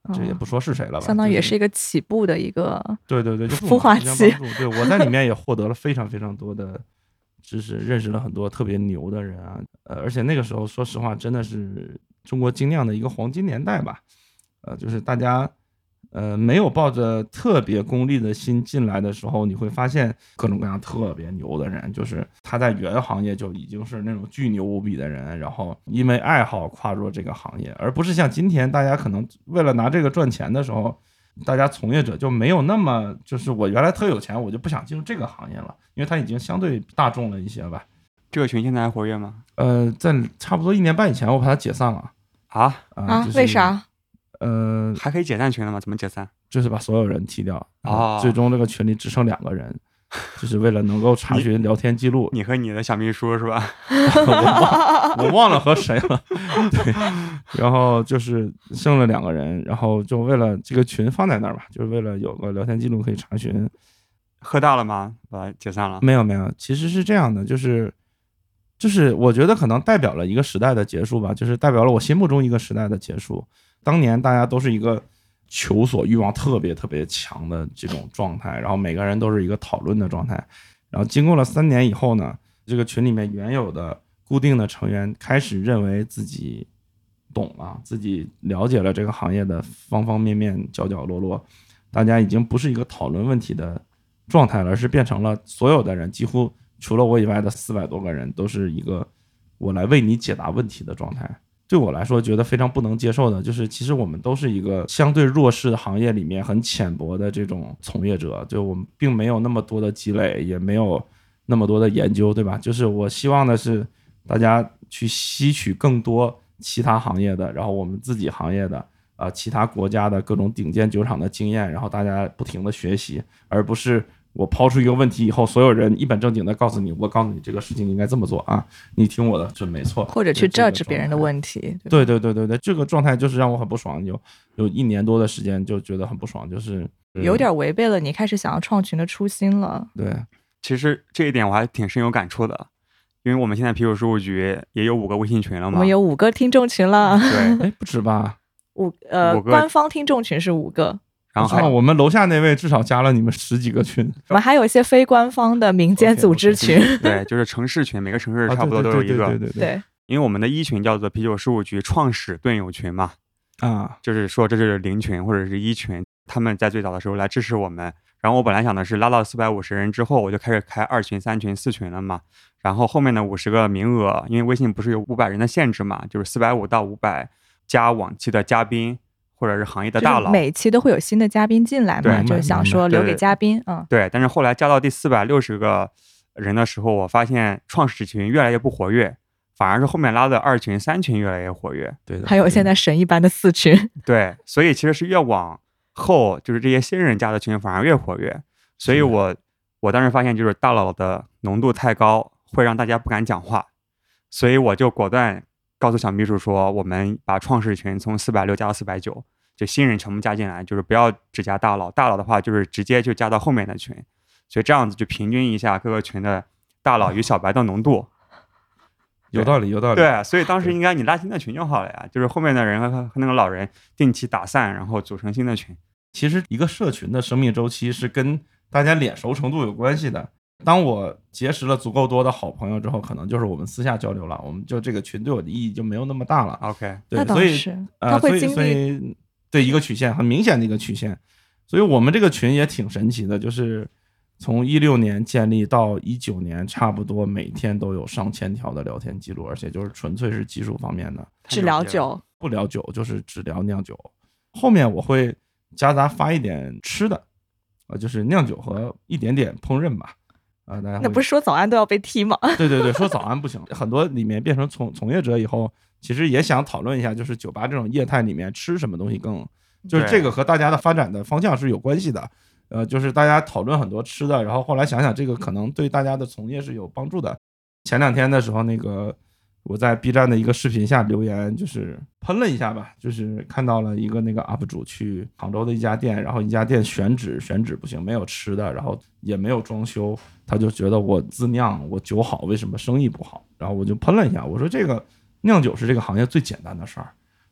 这也不说是谁了吧， 相当于也就是一个起步的一个对对对，就孵化器。 对，我在里面也获得了非常非常多的知识，认识了很多特别牛的人啊，呃，而且那个时候说实话，真的是中国精酿的一个黄金年代吧，呃，就是大家。呃，没有抱着特别功利的心进来的时候，你会发现各种各样特别牛的人，就是他在原行业就已经是那种巨牛无比的人，然后因为爱好跨入这个行业，而不是像今天大家可能为了拿这个赚钱的时候，大家从业者就没有那么就是我原来特有钱，我就不想进入这个行业了，因为它已经相对大众了一些吧。 这个群现在还活跃吗？ 呃，在差不多一年半以前，我把它解散了。 啊啊？ 就是、 为啥？ 呃， 还可以解散群了吗？怎么解散？ 就是把所有人踢掉， 哦， 最终这个群里只剩两个人，就是为了能够查询聊天记录。 你, 你和你的小秘书是吧？ 我, 忘我忘了和谁了。对，然后就是剩了两个人，然后就为了这个群放在那儿吧，就是为了有个聊天记录可以查询。 喝大了吗？把它解散了？ 没有没有，其实是这样的，就是就是我觉得可能代表了一个时代的结束吧，就是代表了我心目中一个时代的结束。当年大家都是一个求索欲望特别特别强的这种状态，然后每个人都是一个讨论的状态，然后经过了三年以后呢，这个群里面原有的固定的成员开始认为自己懂了，自己了解了这个行业的方方面面角角落落，大家已经不是一个讨论问题的状态了，而是变成了所有的人，几乎除了我以外的四百多个人都是一个我来为你解答问题的状态。对我来说觉得非常不能接受的就是其实我们都是一个相对弱势的行业里面很浅薄的这种从业者，就我们并没有那么多的积累，也没有那么多的研究，对吧？就是我希望的是大家去吸取更多其他行业的，然后我们自己行业的呃，其他国家的各种顶尖酒厂的经验，然后大家不停的学习，而不是我抛出一个问题以后，所有人一本正经的告诉你，我告诉你这个事情应该这么做啊，你听我的准没错， 或者去 judge 别人的问题。 对对对对对，这个状态就是让我很不爽，有有一年多的时间就觉得很不爽，就是有点违背了你开始想要创群的初心了。 对， 其实这一点我还挺深有感触的，因为我们现在啤酒事务局也有五个微信群了嘛， 我们有五个听众群了。 对， 哎，不止吧？ 五呃五，官方听众群是五个。 然后还我们楼下那位至少加了你们十几个群， 我们还有一些非官方的民间组织群。 okay, okay, 对，就是城市群，每个城市差不多都有一个。 啊、对对对 对, 对, 对, 对。 因为我们的一群叫做啤酒事务局创始队友群嘛， 啊， 就是说这是零群或者是一群，他们在最早的时候来支持我们。然后我本来想的是拉到四百五十人之后，我就开始开二群、三群、四群了嘛。然后后面的五十个名额，因为微信不是有五百人的限制嘛，就是四百五到五百加往期的嘉宾。或者是行业的大佬， 每期都会有新的嘉宾进来嘛，就是想说留给嘉宾。嗯， 对。但是后来加到第四百六十个人的时候，我发现创始群越来越不活跃，反而是后面拉的二群、三群越来越活跃。 对的， 还有现在神一般的四群。 对，所以其实是越往后，就是这些新人加的群反而越活跃。所以我我当时发现，就是大佬的浓度太高，会让大家不敢讲话，所以我就果断告诉小秘书说，我们把创始群从四百六加到四百九，就新人全部加进来，就是不要只加大佬，大佬的话就是直接就加到后面的群，所以这样子就平均一下各个群的大佬与小白的浓度。 有道理，有道理。 对，所以当时应该你拉新的群就好了呀，就是后面的人和和那个老人定期打散，然后组成新的群。 其实一个社群的生命周期是跟大家脸熟程度有关系的。当我结识了足够多的好朋友之后，可能就是我们私下交流了，我们就这个群对我的意义就没有那么大了。 OK， 对， 所以呃，所以所以对一个曲线很明显的一个曲线，所以我们这个群也挺神奇的，就是从一六年建立到一九年，差不多每天都有上千条的聊天记录，而且就是纯粹是技术方面的， 只聊酒不聊酒，就是只聊酿酒。后面我会夹杂发一点吃的，呃，就是酿酒和一点点烹饪吧。啊，大家那不是说早安都要被踢吗？ 对对对，说早安不行。很多里面变成从从业者以后，其实也想讨论一下，就是酒吧这种业态里面吃什么东西更，就是这个和大家的发展的方向是有关系的。呃，就是大家讨论很多吃的，然后后来想想这个可能对大家的从业是有帮助的。前两天的时候，那个我在 B 站的一个视频下留言，就是喷了一下吧，就是看到了一个那个 U P 主去杭州的一家店，然后一家店选址选址不行，没有吃的，然后也没有装修，他就觉得我自酿我酒好，为什么生意不好？然后我就喷了一下，我说这个酿酒是这个行业最简单的事儿，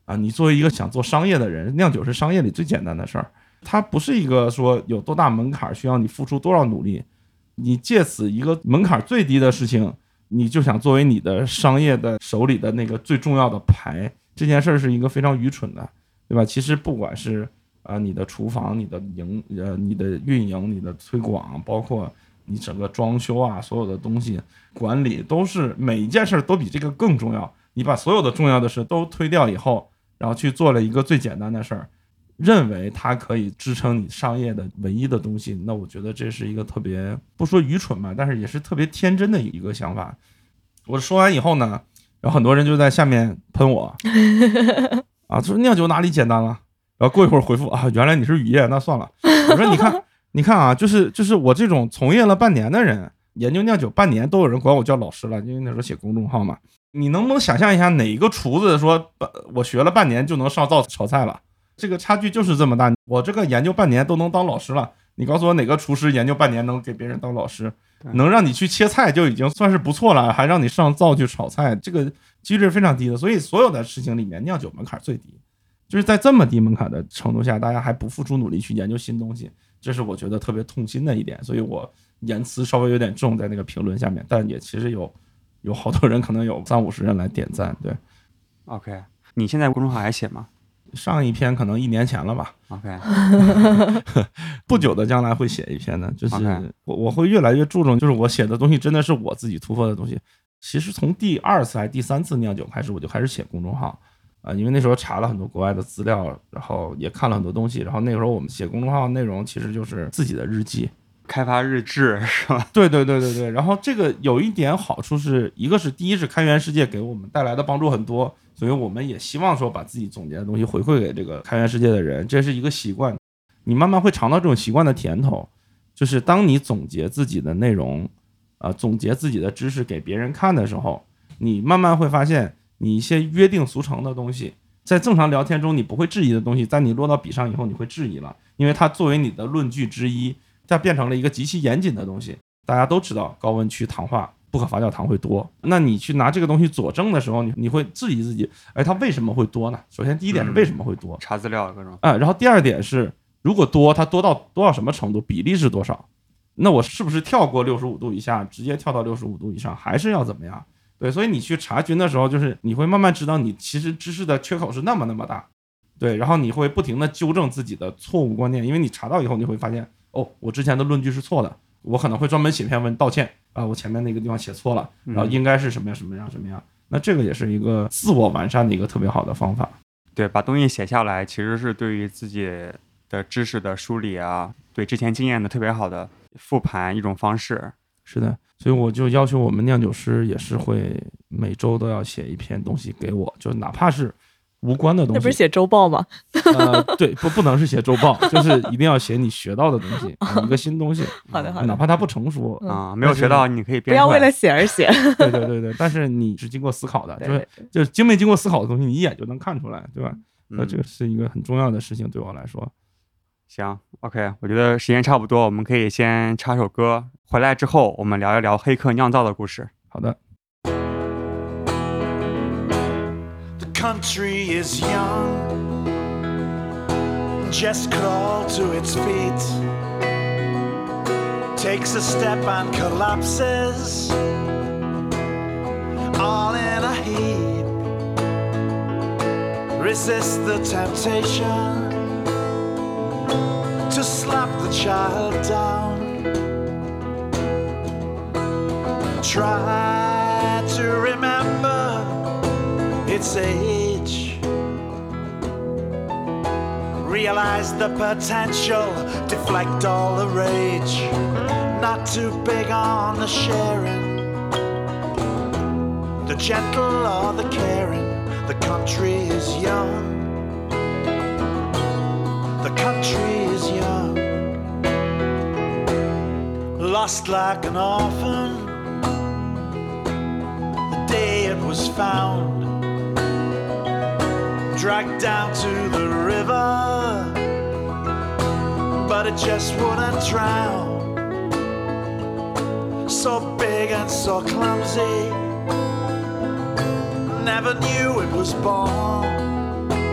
啊，你作为一个想做商业的人，酿酒是商业里最简单的事儿，它不是一个说有多大门槛需要你付出多少努力，你借此一个门槛最低的事情，你就想作为你的商业的手里的那个最重要的牌，这件事儿是一个非常愚蠢的，对吧？其实不管是啊、呃、你的厨房、你的营呃你的运营、你的推广，包括你整个装修啊，所有的东西管理，都是每一件事都比这个更重要。你把所有的重要的事都推掉以后，然后去做了一个最简单的事儿，认为它可以支撑你商业的唯一的东西，那我觉得这是一个特别不说愚蠢吧，但是也是特别天真的一个想法。我说完以后呢，然后很多人就在下面喷我啊，说酿酒哪里简单了？然后过一会儿回复啊，原来你是渔业，那算了。我说你看，你看啊，就是就是我这种从业了半年的人，研究酿酒半年，都有人管我叫老师了，因为那时候写公众号嘛。你能不能想象一下，哪一个厨子说我学了半年就能上灶炒菜了？这个差距就是这么大。我这个研究半年都能当老师了，你告诉我哪个厨师研究半年能给别人当老师？能让你去切菜就已经算是不错了，还让你上灶去炒菜，这个几率非常低的。所以所有的事情里面，酿酒门槛最低，就是在这么低门槛的程度下，大家还不付出努力去研究新东西，这是我觉得特别痛心的一点。所以我言辞稍微有点重在那个评论下面，但也其实有有好多人，可能有三五十人来点赞。对 ，OK， 你现在公众号还写吗？ 上一篇可能一年前了吧 ，OK， 不久的将来会写一篇的，就是我我会越来越注重，就是我写的东西真的是我自己突破的东西。其实从第二次还是第三次酿酒开始，我就开始写公众号啊、呃，因为那时候查了很多国外的资料，然后也看了很多东西，然后那时候我们写公众号内容其实就是自己的日记。 开发日志是吧？ 对对对对对。然后这个有一点好处是，一个是第一是开源世界给我们带来的帮助很多，所以我们也希望说把自己总结的东西回馈给这个开源世界的人，这是一个习惯。你慢慢会尝到这种习惯的甜头，就是当你总结自己的内容，呃，总结自己的知识给别人看的时候，你慢慢会发现，你一些约定俗成的东西，在正常聊天中你不会质疑的东西，在你落到笔上以后你会质疑了，因为它作为你的论据之一。它变成了一个极其严谨的东西，大家都知道高温区糖化不可发酵糖会多，那你去拿这个东西佐证的时候，你你会质疑自己，哎，它为什么会多呢？首先第一点是为什么会多，嗯、 查资料各种， 啊、嗯，然后第二点是如果多，它多到多少什么程度，比例是多少？那我是不是跳过六十五度以下，直接跳到六十五度以上，还是要怎么样？对，所以你去查询的时候，就是你会慢慢知道你其实知识的缺口是那么那么大，对，然后你会不停的纠正自己的错误观念，因为你查到以后，你会发现。哦，我之前的论据是错的，我可能会专门写篇文道歉啊，我前面那个地方写错了，然后应该是什么样什么样什么样。那这个也是一个自我完善的一个特别好的方法。 对，把东西写下来，其实是对于自己的知识的梳理啊，对之前经验的特别好的复盘一种方式。 是的，所以我就要求我们酿酒师也是会每周都要写一篇东西给我，就哪怕是。无关的东西， 那不是写周报吗？ 呃，对，不不能是写周报，就是一定要写你学到的东西，一个新东西。 好的好的， 哪怕它不成熟啊、嗯，没有学到你可以编。 不要为了写而写。 对对对对，但是你是经过思考的，就是就是经没经过思考的东西，你一眼就能看出来，对吧？那、嗯、这个是一个很重要的事情，对我来说。 行 ，OK， 我觉得时间差不多，我们可以先插首歌，回来之后我们聊一聊黑客酿造的故事。 好的。 Country is young, just crawl to its feet, takes a step and collapses, all in a heap, resist the temptation to slap the child down, try to remember its age, realize the potential, deflect all the rage, not too big on the sharing, the gentle or the caring. The country is young, the country is young, lost like an orphan the day it was found, dragged down to the river, but it just wouldn't drown. So big and so clumsy, never knew it was born.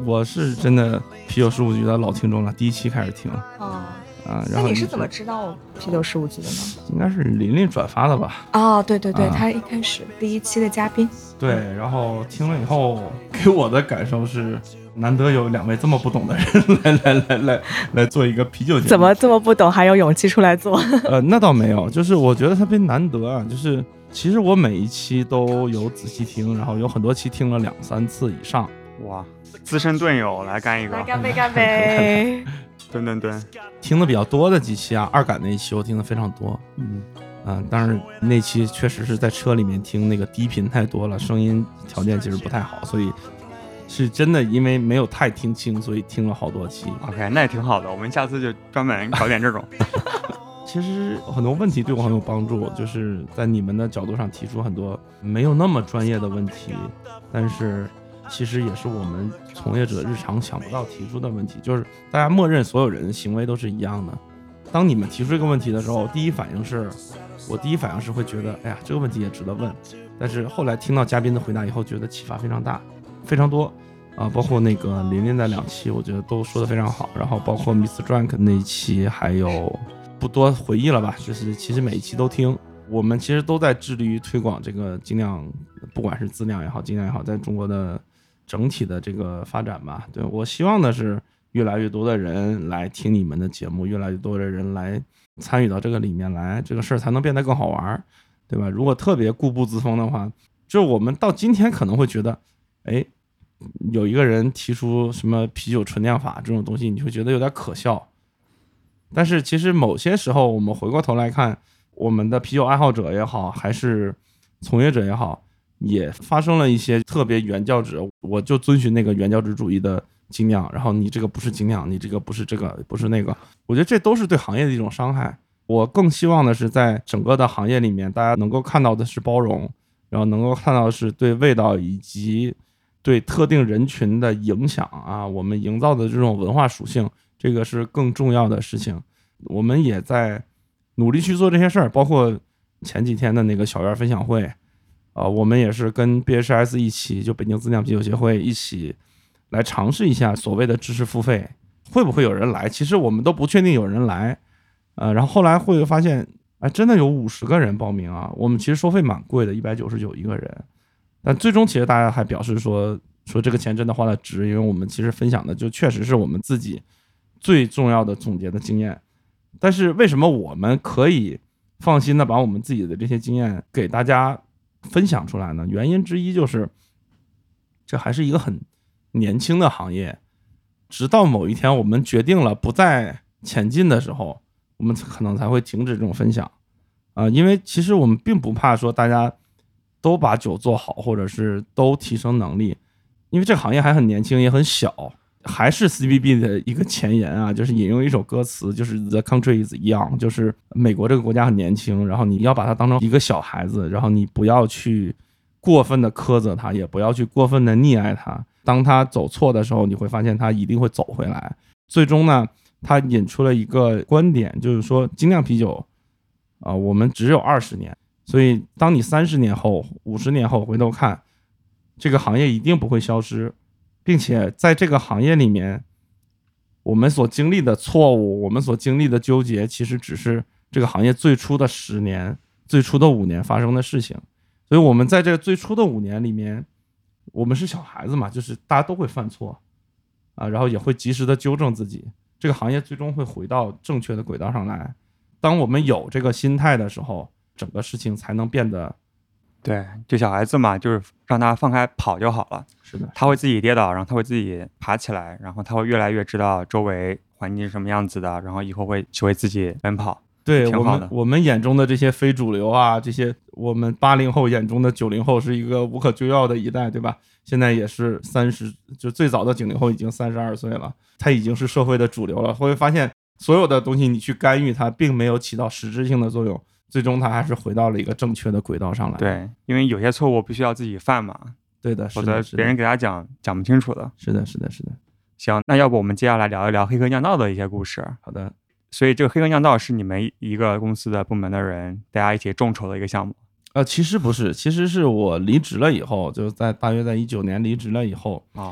我是真的啤酒事务局的老听众了，第一期开始听。 哦。 啊，然后那你是怎么知道啤酒事务局的呢？ 应该是琳琳转发的吧？ 哦，对对对， 啊、 他一开始第一期的嘉宾。 对，然后听了以后，给我的感受是，难得有两位这么不懂的人来来来来来做一个啤酒节目。 怎么这么不懂还有勇气出来做？ 呃，那倒没有，就是我觉得特别难得啊，就是其实我每一期都有仔细听，然后有很多期听了两三次以上。 哇，资深队友来干一个， 来干杯干杯！ 吨吨吨， 听的比较多的几期啊，二感那一期我听的非常多， 嗯嗯、呃，但是那期确实是在车里面听，那个低频太多了，声音条件其实不太好，所以是真的因为没有太听清，所以听了好多期。 OK， 那也挺好的，我们下次就专门搞点这种。 其实很多问题对我很有帮助，就是在你们的角度上提出很多没有那么专业的问题，但是其实也是我们从业者日常想不到提出的问题，就是大家默认所有人的行为都是一样的。当你们提出这个问题的时候，第一反应是我第一反应是会觉得哎呀这个问题也值得问，但是后来听到嘉宾的回答以后，觉得启发非常大非常多啊，包括那个琳琳的两期我觉得都说得非常好，然后包括 mister Drunk 那一期，还有不多回忆了吧，就是其实每一期都听，我们其实都在致力于推广这个精酿，不管是自酿也好精酿也好，在中国的整体的这个发展吧。对，我希望的是越来越多的人来听你们的节目，越来越多的人来参与到这个里面来，这个事儿才能变得更好玩，对吧？如果特别固步自封的话，就是我们到今天可能会觉得哎，有一个人提出什么啤酒纯酿法这种东西，你会觉得有点可笑，但是其实某些时候我们回过头来看，我们的啤酒爱好者也好，还是从业者也好，也发生了一些特别原教旨，我就遵循那个原教旨主义的精酿，然后你这个不是精酿，你这个不是这个不是那个，我觉得这都是对行业的一种伤害。我更希望的是在整个的行业里面，大家能够看到的是包容，然后能够看到的是对味道以及对特定人群的影响啊，我们营造的这种文化属性，这个是更重要的事情。我们也在努力去做这些事儿，包括前几天的那个小院分享会啊、呃，我们也是跟 B H S 一起，就北京自酿啤酒协会一起来尝试一下所谓的知识付费，会不会有人来？其实我们都不确定有人来，呃，然后后来会发现，哎，真的有五十个人报名啊！我们其实收费蛮贵的，一百九十九一个人，但最终其实大家还表示说说这个钱真的花的值，因为我们其实分享的就确实是我们自己最重要的总结的经验。但是为什么我们可以放心的把我们自己的这些经验给大家分享出来呢？原因之一就是这还是一个很年轻的行业，直到某一天我们决定了不再前进的时候，我们可能才会停止这种分享啊、呃，因为其实我们并不怕说大家都把酒做好，或者是都提升能力，因为这个行业还很年轻也很小，还是 C B B 的一个前言啊，就是引用一首歌词，就是 The country is young， 就是美国这个国家很年轻，然后你要把它当成一个小孩子，然后你不要去过分的苛责他，也不要去过分的溺爱他，当他走错的时候，你会发现他一定会走回来。最终呢，他引出了一个观点，就是说精酿啤酒啊、呃，我们只有二十年，所以当你三十年后、五十年后回头看，这个行业一定不会消失，并且在这个行业里面，我们所经历的错误，我们所经历的纠结，其实只是这个行业最初的十年、最初的五年发生的事情。所以我们在这最初的五年里面，我们是小孩子嘛，就是大家都会犯错啊，然后也会及时的纠正自己。这个行业最终会回到正确的轨道上来。当我们有这个心态的时候，整个事情才能变得对，就小孩子嘛，就是让他放开跑就好了。 是的， 他会自己跌倒，然后他会自己爬起来，然后他会越来越知道周围环境是什么样子的，然后以后会学会自己奔跑。 对，我们我们眼中的这些非主流啊，这些我们八零后眼中的九零后是一个无可救药的一代，对吧？现在也是三十，就最早的九零后已经三十二岁了，他已经是社会的主流了。会发现所有的东西你去干预它，并没有起到实质性的作用，最终它还是回到了一个正确的轨道上来。 对，因为有些错误必须要自己犯嘛。 对的， 否则别人给他讲讲不清楚的。 是的，是的，是的。 行，那要不我们接下来聊一聊黑客酿造的一些故事。 好的。 所以这个黑客酿造是你们一个公司的部门的人大家一起众筹的一个项目？ 呃，其实不是，其实是我离职了以后，就在大约在一九年离职了以后， 哦，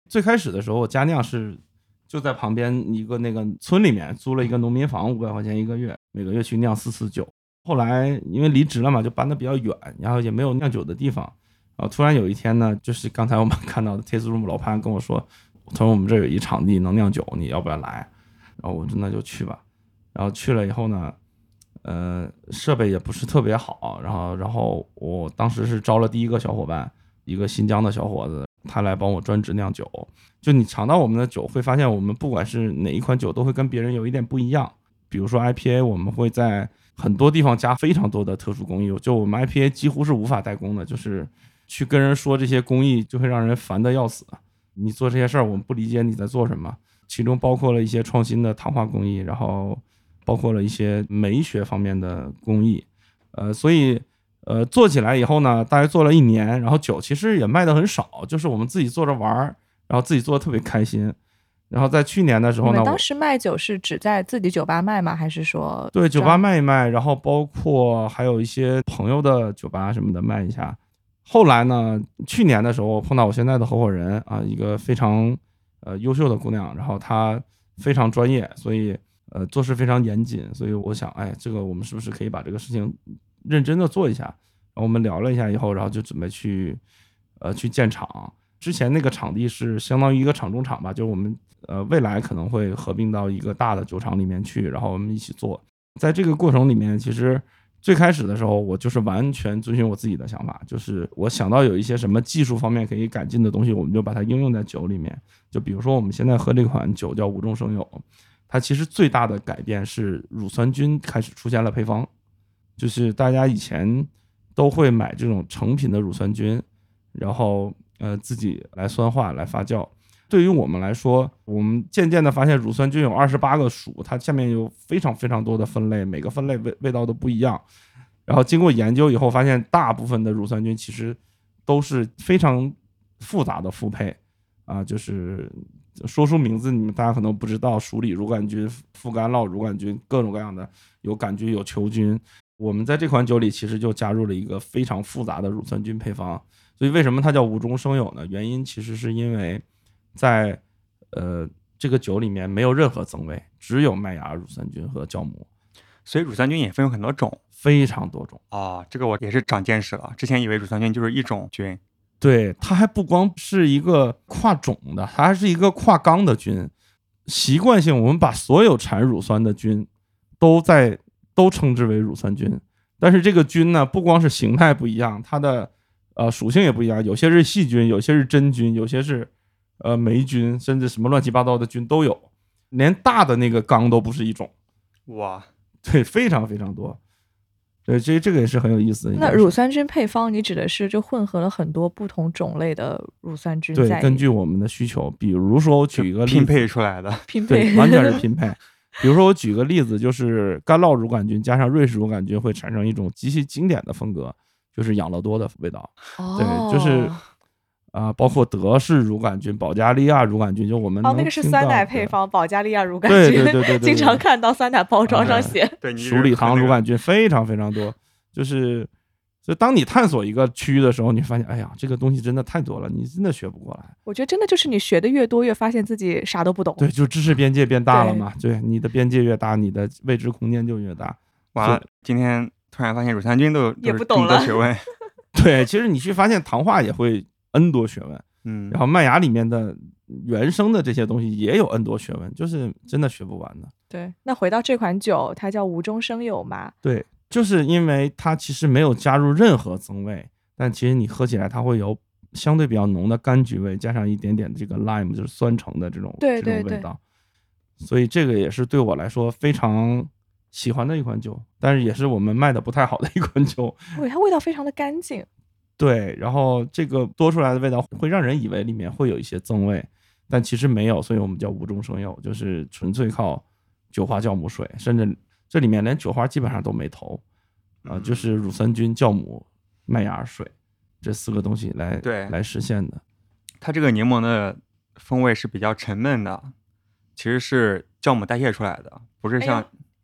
最开始的时候，我家酿是就在旁边一个那个村里面租了一个农民房，五百块钱一个月，每个月去酿四次酒。后来因为离职了嘛，就搬得比较远，然后也没有酿酒的地方。然后突然有一天呢，就是刚才我们看到的 Taste Room 老潘跟我说，他说我们这有一场地能酿酒，你要不要来？然后我说那就去吧。然后去了以后呢，呃，设备也不是特别好，然后然后我当时是招了第一个小伙伴，一个新疆的小伙子，他来帮我专职酿酒。就你尝到我们的酒，会发现我们不管是哪一款酒，都会跟别人有一点不一样。比如说 I P A， 我们会在很多地方加非常多的特殊工艺，就我们 I P A 几乎是无法代工的，就是去跟人说这些工艺，就会让人烦得要死。你做这些事儿，我们不理解你在做什么。其中包括了一些创新的糖化工艺，然后包括了一些美学方面的工艺。呃，所以呃做起来以后呢，大概做了一年，然后酒其实也卖得很少，就是我们自己做着玩，然后自己做得特别开心。然后在去年的时候呢， 你们当时卖酒是只在自己酒吧卖吗？还是说对酒吧卖一卖，然后包括还有一些朋友的酒吧什么的卖一下。后来呢，去年的时候碰到我现在的合伙人啊，一个非常呃优秀的姑娘，然后她非常专业，所以呃做事非常严谨，所以我想，哎，这个我们是不是可以把这个事情认真的做一下？然后我们聊了一下以后，然后就准备去呃去建厂。之前那个场地是相当于一个厂中厂吧，就是我们呃未来可能会合并到一个大的酒厂里面去，然后我们一起做。在这个过程里面，其实最开始的时候，我就是完全遵循我自己的想法，就是我想到有一些什么技术方面可以改进的东西，我们就把它应用在酒里面。就比如说我们现在喝这款酒叫无中生有，它其实最大的改变是乳酸菌开始出现了配方，就是大家以前都会买这种成品的乳酸菌，然后呃自己来酸化来发酵。对于我们来说，我们渐渐的发现乳酸菌有二十八个属，它下面有非常非常多的分类，每个分类味味道都不一样。然后经过研究以后，发现大部分的乳酸菌其实都是非常复杂的复配啊，就是说出名字你们大家可能不知道，鼠李乳杆菌、副干酪乳杆菌，各种各样的，有杆菌有球菌。我们在这款酒里其实就加入了一个非常复杂的乳酸菌配方。所以为什么它叫无中生有呢？原因其实是因为在呃这个酒里面没有任何增味，只有麦芽乳酸菌和酵母。 所以乳酸菌也分有很多种， 非常多种啊、哦，这个我也是长见识了。之前以为乳酸菌就是一种菌， 对，它还不光是一个跨种的，它还是一个跨纲的菌。习惯性我们把所有产乳酸的菌都在都称之为乳酸菌，但是这个菌呢，不光是形态不一样，它的呃属性也不一样，有些是细菌，有些是真菌，有些是呃霉菌，甚至什么乱七八糟的菌都有，连大的那个纲都不是一种。 哇， 对，非常非常多。对，这这个也是很有意思的。 那乳酸菌配方，你指的是就混合了很多不同种类的乳酸菌在？ 对，根据我们的需求，比如说我举一个例子， 拼配出来的， 拼配， 对，完全是拼配。比如说我举个例子，就是干酪乳杆菌加上瑞士乳杆菌会产生一种极其经典的风格，就是养乐多的味道。 哦、 对，就是啊、呃，包括德式乳杆菌、保加利亚乳杆菌，就我们哦，那个是酸奶配方，保加利亚乳杆菌， 对对对对对， 经常看到酸奶包装上写。 对， 鼠李糖乳杆菌非常非常多，就是就当你探索一个区域的时候，你发现，哎呀，这个东西真的太多了，你真的学不过来。 我觉得真的就是你学的越多，越发现自己啥都不懂。 对，就知识边界变大了嘛。对，你的边界越大，你的未知空间就越大。 完了，今天突然发现乳酸菌都有也不懂了学问。 对，其实你去发现糖化也会 N 多学问， 嗯， 然后麦芽里面的原生的这些东西也有 N 多学问，就是真的学不完的。 对，那回到这款酒，它叫无中生有嘛？ 对，就是因为它其实没有加入任何增味，但其实你喝起来它会有相对比较浓的柑橘味，加上一点点这个 lime 就是酸橙的这种对对对这种味道，所以这个也是对我来说非常喜欢的一款酒，但是也是我们卖的不太好的一款酒。 对，它味道非常的干净。 对，然后这个多出来的味道会让人以为里面会有一些增味，但其实没有，所以我们叫无中生有，就是纯粹靠酒花酵母水，甚至这里面连酒花基本上都没投啊、呃，就是乳酸菌、酵母、麦芽水这四个东西来对来实现的。 它这个柠檬的风味是比较沉闷的，其实是酵母代谢出来的，不是像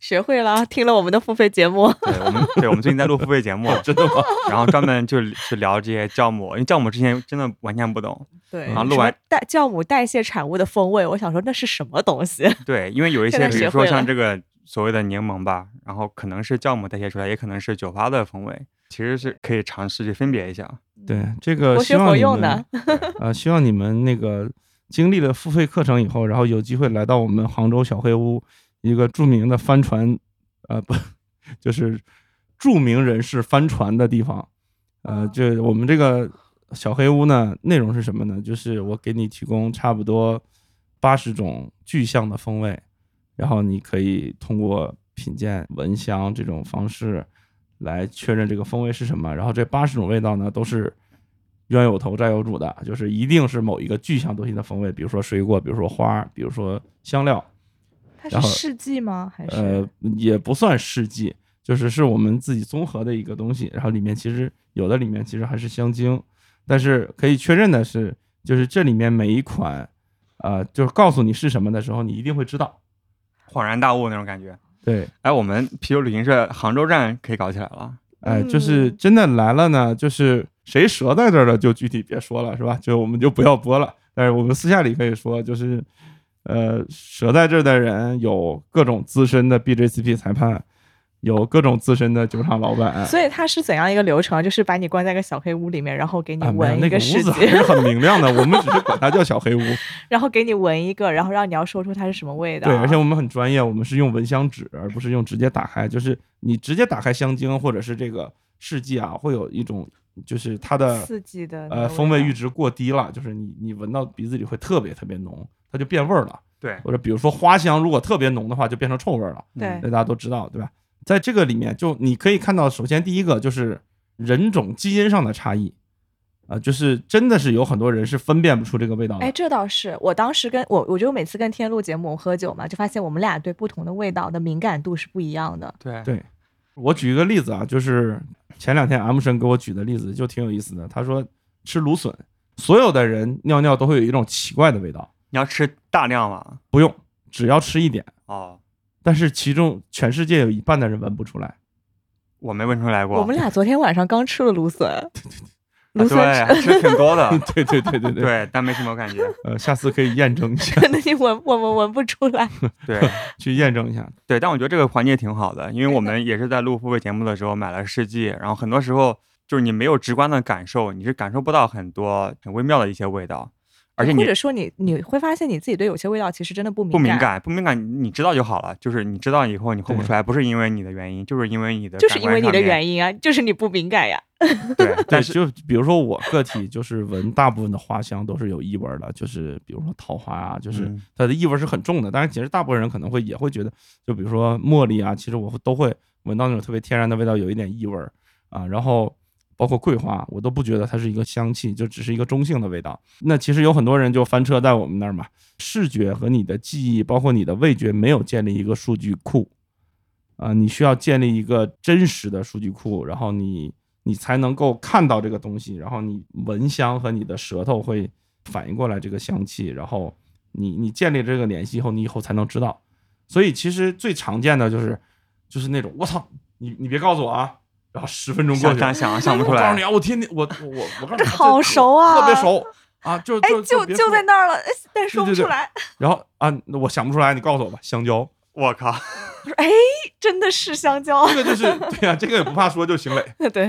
学会了，听了我们的付费节目。 对，我们对我们最近在录付费节目， 真的吗？ 然后专门就去聊这些酵母，因为酵母之前真的完全不懂。 对， 然后录完代酵母代谢产物的风味，我想说那是什么东西？ 对，因为有一些比如说像这个所谓的柠檬吧，然后可能是酵母代谢出来，也可能是酒发的风味，其实是可以尝试去分别一下。 对，这个希望你们呃，希望你们那个经历了付费课程以后，然后有机会来到我们杭州小黑屋一个著名的帆船，呃不，就是著名人士帆船的地方。呃，就我们这个小黑屋呢，内容是什么呢？就是我给你提供差不多八十种具象的风味，然后你可以通过品鉴、闻香这种方式来确认这个风味是什么。然后这八十种味道呢，都是冤有头债有主的，就是一定是某一个具象东西的风味，比如说水果，比如说花，比如说香料。 它是试剂吗？还是呃，也不算试剂，就是是我们自己综合的一个东西。然后里面其实有的里面其实还是香精，但是可以确认的是，就是这里面每一款，呃，就是告诉你是什么的时候，你一定会知道， 恍然大悟那种感觉。 对， 哎，我们啤酒旅行社杭州站可以搞起来了。 哎，就是真的来了呢，就是谁折在这儿的就具体别说了，是吧？就我们就不要播了。但是我们私下里可以说，就是呃，折在这儿的人有各种资深的 B J C P 裁判，有各种资深的酒厂老板。 所以它是怎样一个流程？就是把你关在一个小黑屋里面，然后给你闻一个试剂， 啊那个、还是很明亮的。我们只是管它叫小黑屋， 然后给你闻一个，然后让你要说出它是什么味道。 对，而且我们很专业，我们是用闻香纸，而不是用直接打开。就是你直接打开香精或者是这个试剂啊，会有一种就是它的刺激的呃风味阈值过低了，就是你你闻到鼻子里会特别特别浓，它就变味儿了。 对， 或者比如说花香，如果特别浓的话，就变成臭味了。 对， 大家都知道，对吧？在这个里面，就你可以看到，首先第一个就是人种基因上的差异，啊、呃，就是真的是有很多人是分辨不出这个味道的。 哎，这倒是，我当时跟我，我觉得每次跟天录节目我喝酒嘛，就发现我们俩对不同的味道的敏感度是不一样的。 对对，我举一个例子啊，就是前两天 M 神给我举的例子就挺有意思的。他说吃芦笋，所有的人尿尿都会有一种奇怪的味道。 你要吃大量吗？ 不用，只要吃一点。 哦。 但是其中全世界有一半的人闻不出来。 我没闻出来过。 我们俩昨天晚上刚吃了芦笋。 对对对。 芦笋啊、对，吃挺多的。 对对对对对。 对，但没什么感觉。 呃，下次可以验证一下。 那你闻我们闻不出来。 对， 去验证一下。 对，但我觉得这个环节挺好的，因为我们也是在录付费节目的时候买了试剂，然后很多时候就是你没有直观的感受，你是感受不到很多很微妙的一些味道。而且你或者说你你会发现你自己对有些味道其实真的不敏感，不敏感，不敏感，你知道就好了。就是你知道以后你喝不出来，不是因为你的原因，就是因为你的就是因为你的原因啊，就是你不敏感呀。 对，但是就比如说我个体就是闻大部分的花香都是有异味的，就是比如说桃花啊，就是它的异味是很重的。当然，其实大部分人可能会也会觉得，就比如说茉莉啊，其实我都会闻到那种特别天然的味道，有一点异味啊，然后。包括桂花，我都不觉得它是一个香气，就只是一个中性的味道。那其实有很多人就翻车在我们那儿嘛，视觉和你的记忆，包括你的味觉，没有建立一个数据库啊、呃，你需要建立一个真实的数据库，然后你你才能够看到这个东西，然后你闻香和你的舌头会反应过来这个香气，然后你你建立这个联系后，你以后才能知道。所以其实最常见的就是就是那种我操，你你别告诉我啊。然后十分钟过去， 想想想不出来。 我告诉你啊，我天天我我我告诉你， 好熟啊， 特别熟啊，就哎就就就在那儿了，但说不出来。 对对对然后啊，我想不出来，你告诉我吧。香蕉， 我靠！ 我说哎，真的是香蕉。 这个就是对啊，这个也不怕说就行了。 对。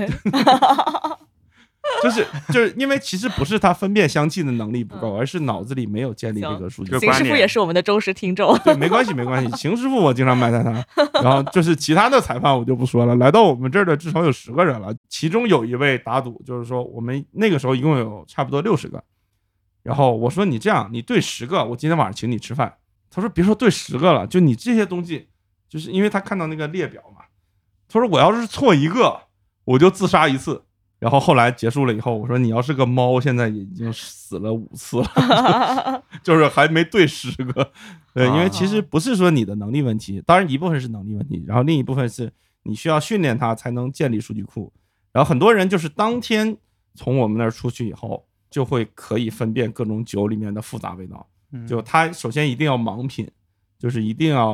就是就是因为其实不是他分辨香气的能力不够，而是脑子里没有建立这个数据。 邢师傅也是我们的忠实听众。 对，没关系没关系，邢师傅我经常埋汰他。然后就是其他的裁判我就不说了，来到我们这儿的至少有十个人了，其中有一位打赌，就是说我们那个时候一共有差不多六十个。然后我说你这样，你对十个，我今天晚上请你吃饭。他说别说对十个了，就你这些东西，就是因为他看到那个列表嘛。他说我要是错一个，我就自杀一次。然后后来结束了以后，我说你要是个猫，现在已经死了五次了，就是还没对十个。对，因为其实不是说你的能力问题，当然一部分是能力问题，然后另一部分是你需要训练它才能建立数据库。然后很多人就是当天从我们那儿出去以后，就会可以分辨各种酒里面的复杂味道。就他首先一定要盲品，就是一定要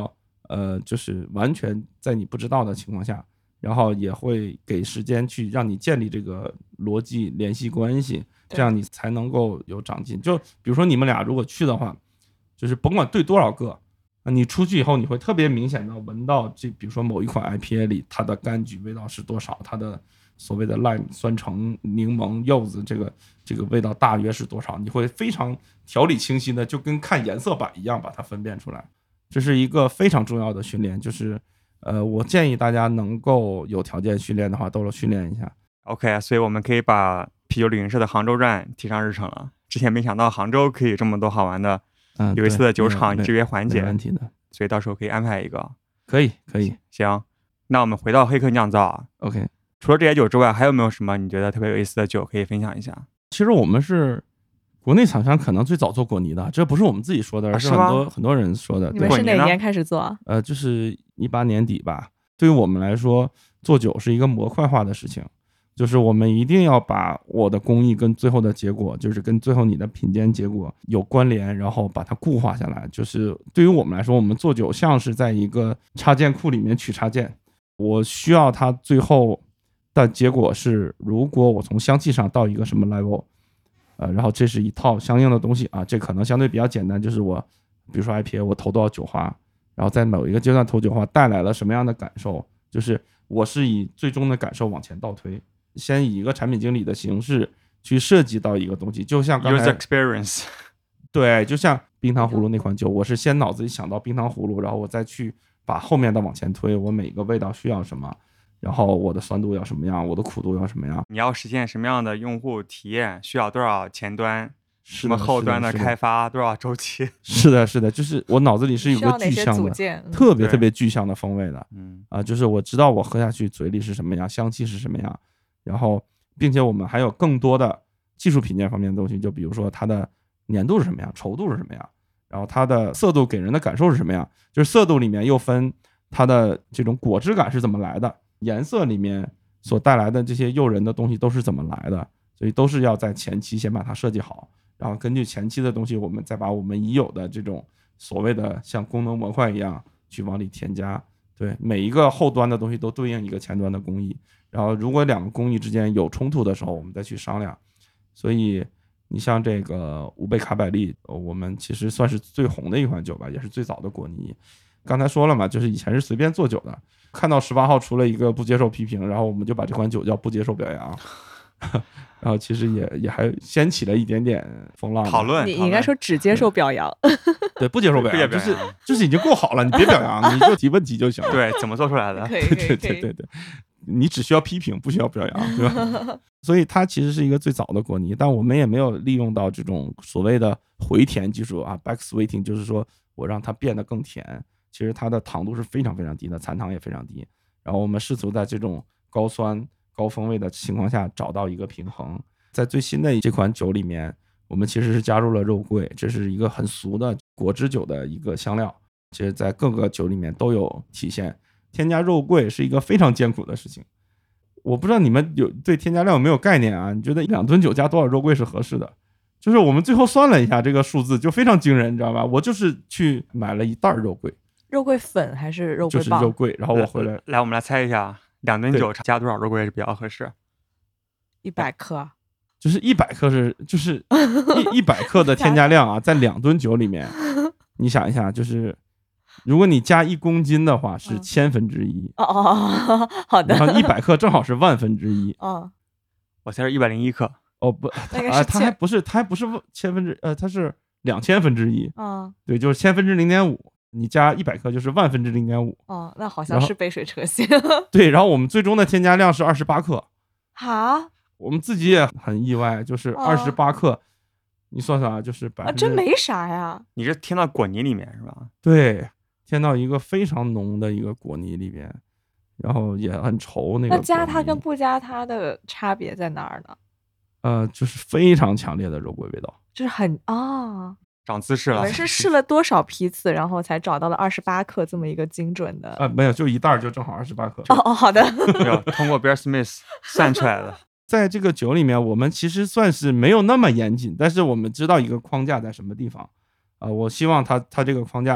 呃，就是完全在你不知道的情况下，然后也会给时间去让你建立这个逻辑联系关系，这样你才能够有长进。就比如说你们俩如果去的话，就是甭管对多少个，你出去以后你会特别明显的闻到这，比如说某一款 I P A 里它的柑橘味道是多少，它的所谓的 lime 酸橙柠檬柚子这个这个味道大约是多少，你会非常条理清晰的就跟看颜色板一样把它分辨出来。这是一个非常重要的训练，就是呃，我建议大家能够有条件训练的话都训练一下。 OK， 所以我们可以把啤酒旅行社的杭州站提上日程了。之前没想到杭州可以这么多好玩的嗯， 有意思的酒厂制约环节， 没问题的， 所以到时候可以安排一个。 可以可以。 行，那我们回到黑客酿造啊。 OK， 除了这些酒之外，还有没有什么你觉得特别有意思的酒可以分享一下？ 其实我们是国内厂商可能最早做果泥的，这不是我们自己说的，而是很多、啊、很多人说的。 你们是哪年开始做？ 呃，就是一八年底吧。对于我们来说，做酒是一个模块化的事情，就是我们一定要把我的工艺跟最后的结果，就是跟最后你的品鉴结果有关联，然后把它固化下来。就是对于我们来说，我们做酒像是在一个插件库里面取插件，我需要它最后的结果是，如果我从香气上到一个什么 level， 呃，然后这是一套相应的东西啊，这可能相对比较简单，就是我比如说 I P A 我投多少酒花，然后在某一个阶段投酒花带来了什么样的感受，就是我是以最终的感受往前倒推，先以一个产品经理的形式去设计到一个东西，就像刚才 user experience， 对，就像冰糖葫芦那款酒，我是先脑子里想到冰糖葫芦，然后我再去把后面的往前推，我每个味道需要什么，然后我的酸度要什么样，我的苦度要什么样， 你要实现什么样的用户体验，需要多少前端什么后端的开发多少周期。 是的是的，就是我脑子里是有个具象的特别特别具象的风味的，嗯啊，就是我知道我喝下去嘴里是什么样，香气是什么样，然后并且我们还有更多的技术品鉴方面的东西，就比如说它的粘度是什么样，稠度是什么样，然后它的色度给人的感受是什么样，就是色度里面又分它的这种果汁感是怎么来的，颜色里面所带来的这些诱人的东西都是怎么来的，所以都是要在前期先把它设计好，然后根据前期的东西我们再把我们已有的这种所谓的像功能模块一样去往里添加。对，每一个后端的东西都对应一个前端的工艺，然后如果两个工艺之间有冲突的时候我们再去商量。所以你像这个五倍卡百利，我们其实算是最红的一款酒吧，也是最早的果泥。刚才说了嘛，就是以前是随便做酒的，看到十八号出了一个不接受批评，然后我们就把这款酒叫不接受表扬然后其实也也还掀起了一点点风浪讨论。 你应该说只接受表扬对，不接受表扬，就是就是已经够好了，你别表扬，你就提问题就行了。 对，怎么做出来的？ 对对对对对，你只需要批评，不需要表扬，对吧？所以它其实是一个最早的果泥，但我们也没有利用到这种所谓的回甜技术啊 ，back sweeting， 就是说我让它变得更甜。其实它的糖度是非常非常低的，残糖也非常低。然后我们试图在这种高酸高风味的情况下找到一个平衡。在最新的这款酒里面，我们其实是加入了肉桂，这是一个很俗的果汁酒的一个香料，其实在各个酒里面都有体现。添加肉桂是一个非常艰苦的事情，我不知道你们有对添加量有没有概念啊？你觉得两吨酒加多少肉桂是合适的？就是我们最后算了一下这个数字，就非常惊人，你知道吧？我就是去买了一袋肉桂， 肉桂粉还是肉桂棒？ 就是肉桂，然后我回来来，我们来猜一下，两吨酒加多少肉桂是比较合适？ 一百克， 就是一百克是就是一一百克的添加量啊，在两吨酒里面，你想一下，就是如果你加一公斤的话是千分之一。 哦哦，好的。 然后一百克正好是万分之一。 哦， 我猜是一百零一克。 哦不，啊，它还不是，它还不是千分之，呃，它是两千分之一。 嗯， 对，就是千分之零点五，你加一百克就是万分之零点五。 哦，那好像是杯水车薪。 对，然后我们最终的添加量是二十八克。 哈， 我们自己也很意外，就是二十八克，哦、你算算啊，就是百分之。 啊，真没啥呀。 你是添到果泥里面是吧？ 对，添到一个非常浓的一个果泥里边，然后也很稠那个。 那加它跟不加它的差别在哪儿呢？ 呃，就是非常强烈的肉桂味道， 就是很啊、哦， 长姿势了。 我们是试了多少批次，然后才找到了二十八克这么一个精准的？ 啊，没有，就一袋就正好二十八克。 哦哦，好的。 没有通过 Beer Smith 算出来的。 在这个酒里面，我们其实算是没有那么严谨，但是我们知道一个框架在什么地方啊、呃。我希望它它这个框架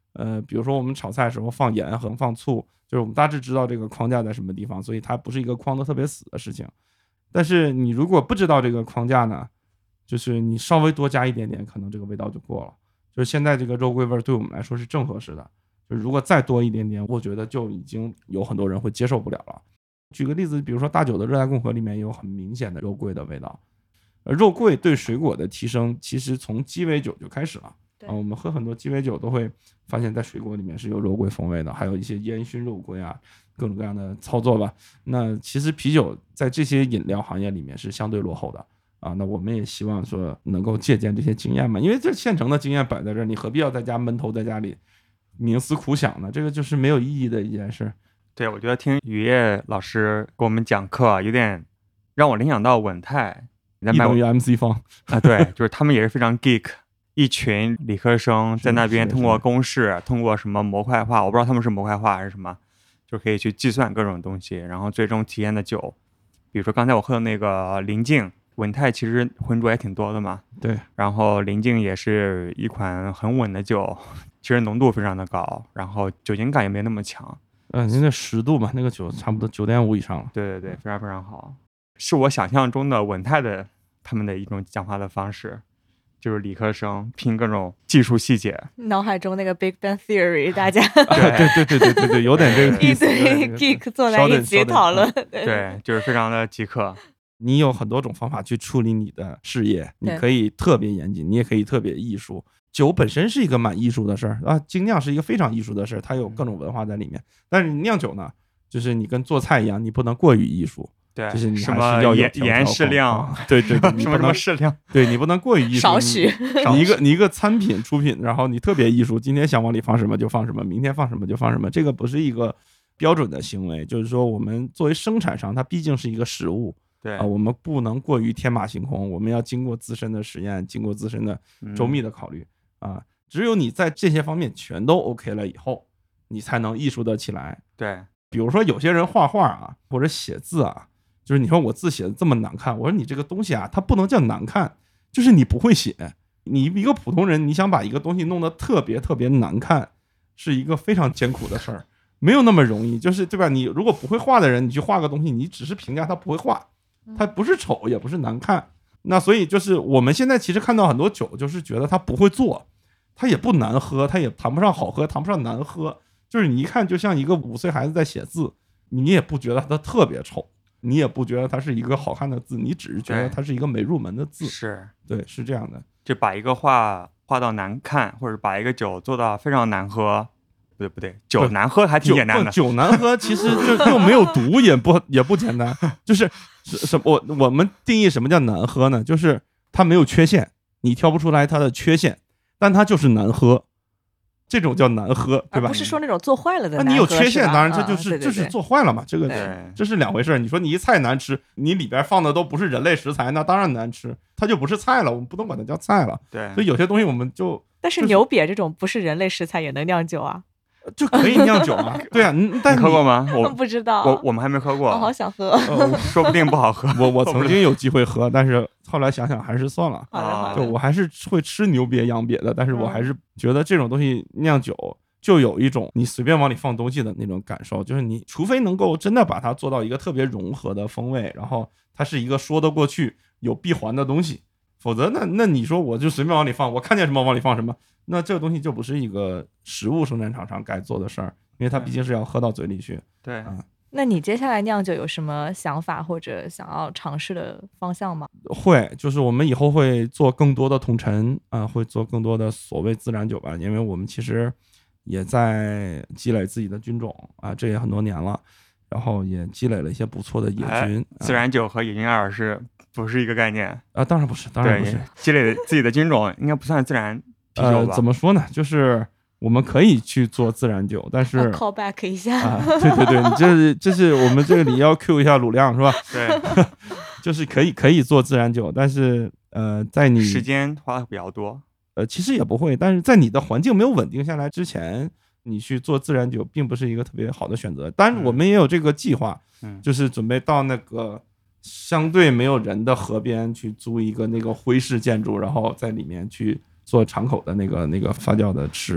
呃，比如说我们炒菜的时候放盐和放醋，就是我们大致知道这个框架在什么地方，所以它不是一个框得特别死的事情。但是你如果不知道这个框架呢，就是你稍微多加一点点，可能这个味道就过了。就是现在这个肉桂味对我们来说是正合适的，就如果再多一点点，我觉得就已经有很多人会接受不了了。举个例子，比如说大酒的热带共和里面有很明显的肉桂的味道，而肉桂对水果的提升其实从鸡尾酒就开始了啊。我们喝很多鸡尾酒都会发现在水果里面是有肉桂风味的，还有一些烟熏肉桂啊，各种各样的操作吧。那其实啤酒在这些饮料行业里面是相对落后的啊。那我们也希望说能够借鉴这些经验嘛，因为这现成的经验摆在这儿，你何必要在家闷头在家里冥思苦想呢？这个就是没有意义的一件事。 对，我觉得听雨夜老师给我们讲课有点让我联想到稳泰 ，E等于 M C 方啊，对，就是他们也是非常 geek， 一群理科生在那边通过公式，通过什么模块化，我不知道他们是模块化还是什么，就可以去计算各种东西，然后最终体验的酒，比如说刚才我喝的那个临近，稳泰其实浑浊也挺多的嘛， 对， 然后临近也是一款很稳的酒，其实浓度非常的高，然后酒精感也没那么强。 嗯，您那十度嘛，那个酒差不多九点五以上了。 对对对，非常非常好，是我想象中的稳泰的他们的一种讲话的方式，就是理科生拼各种技术细节。 脑海中那个 Big Bang Theory， 大家对对对对对对，有点这个意思。 一堆 geek 坐在一起讨论， 对，就是非常的极客。 你有很多种方法去处理你的事业，你可以特别严谨，你也可以特别艺术。酒本身是一个蛮艺术的事儿啊，精酿是一个非常艺术的事儿，它有各种文化在里面。但是酿酒呢，就是你跟做菜一样，你不能过于艺术， 对， 就是你还是要盐盐适量， 啊、对对对， 什么什么适量， 对你不能过于艺术， 少许。 你一个你一个餐品出品，然后你特别艺术，今天想往里放什么就放什么，明天放什么就放什么，这个不是一个标准的行为。就是说，我们作为生产商，它毕竟是一个食物。 对啊，我们不能过于天马行空，我们要经过自身的实验，经过自身的周密的考虑、嗯、啊。只有你在这些方面全都 OK 了以后，你才能艺术得起来。 对， 比如说有些人画画啊，或者写字啊，就是你说我字写的这么难看，我说你这个东西啊，它不能叫难看，就是你不会写。你一个普通人，你想把一个东西弄得特别特别难看，是一个非常艰苦的事儿，没有那么容易。就是对吧？你如果不会画的人，你去画个东西，你只是评价他不会画，它不是丑也不是难看。那所以就是我们现在其实看到很多酒，就是觉得他不会做。它也不难喝，它也谈不上好喝，谈不上难喝，就是你一看就像一个五岁孩子在写字，你也不觉得它特别丑，你也不觉得它是一个好看的字，你只是觉得它是一个没入门的字。 是， 对，是这样的。 就把一个画画到难看，或者把一个酒做到非常难喝，不对不对，酒难喝还挺简单的。 酒, 酒难喝其实就又没有毒，也不也不简单。就是什么我我们定义什么叫难喝呢？就是它没有缺陷，你挑不出来它的缺陷。但它就是难喝，这种叫难喝，对吧？ 不是说那种做坏了的难喝。 那你有缺陷，当然这就是、 嗯、对对对就是做坏了嘛，这个这是两回事。你说你一菜难吃，你里边放的都不是人类食材，那当然难吃，它就不是菜了，我们不能管它叫菜了。 对， 所以有些东西我们就， 但是牛瘪这种不是人类食材也能酿酒啊。 就可以酿酒啊，对啊，但你喝过吗？我不知道， 我我们还没喝过， 我好想喝， 呃、说不定不好喝。 我我曾经有机会喝，但是后来想想还是算了。 啊， 就我还是会吃牛瘪羊瘪的，但是我还是觉得这种东西酿酒就有一种你随便往里放东西的那种感受，就是你除非能够真的把它做到一个特别融合的风味，然后它是一个说得过去有闭环的东西，否则那那你说我就随便往里放，我看见什么往里放什么，那这个东西就不是一个食物生产厂商该做的事儿。因为它毕竟是要喝到嘴里去。 对、 啊， 那你接下来酿酒有什么想法或者想要尝试的方向吗？ 会，就是我们以后会做更多的统陈啊，会做更多的所谓自然酒吧，因为我们其实也在积累自己的菌种啊，这也很多年了，然后也积累了一些不错的野菌。 哎、自然酒和野菌二是不是一个概念啊？当然不是，当然不是。 积累自己的菌种应该不算自然啤酒吧？ 呃，怎么说呢？就是我们可以去做自然酒，但是 call back 一下啊，对对对，这是这是我们这里要 Q 一下鲁亮是吧？ 对， 就是可以可以做自然酒，但是呃，在你时间花的比较多， 呃，其实也不会，但是在你的环境没有稳定下来之前，你去做自然酒并不是一个特别好的选择。当然，我们也有这个计划， 嗯， 就是准备到那个相对没有人的河边去租一个那个徽式建筑，然后在里面去做敞口的那个那个发酵的池。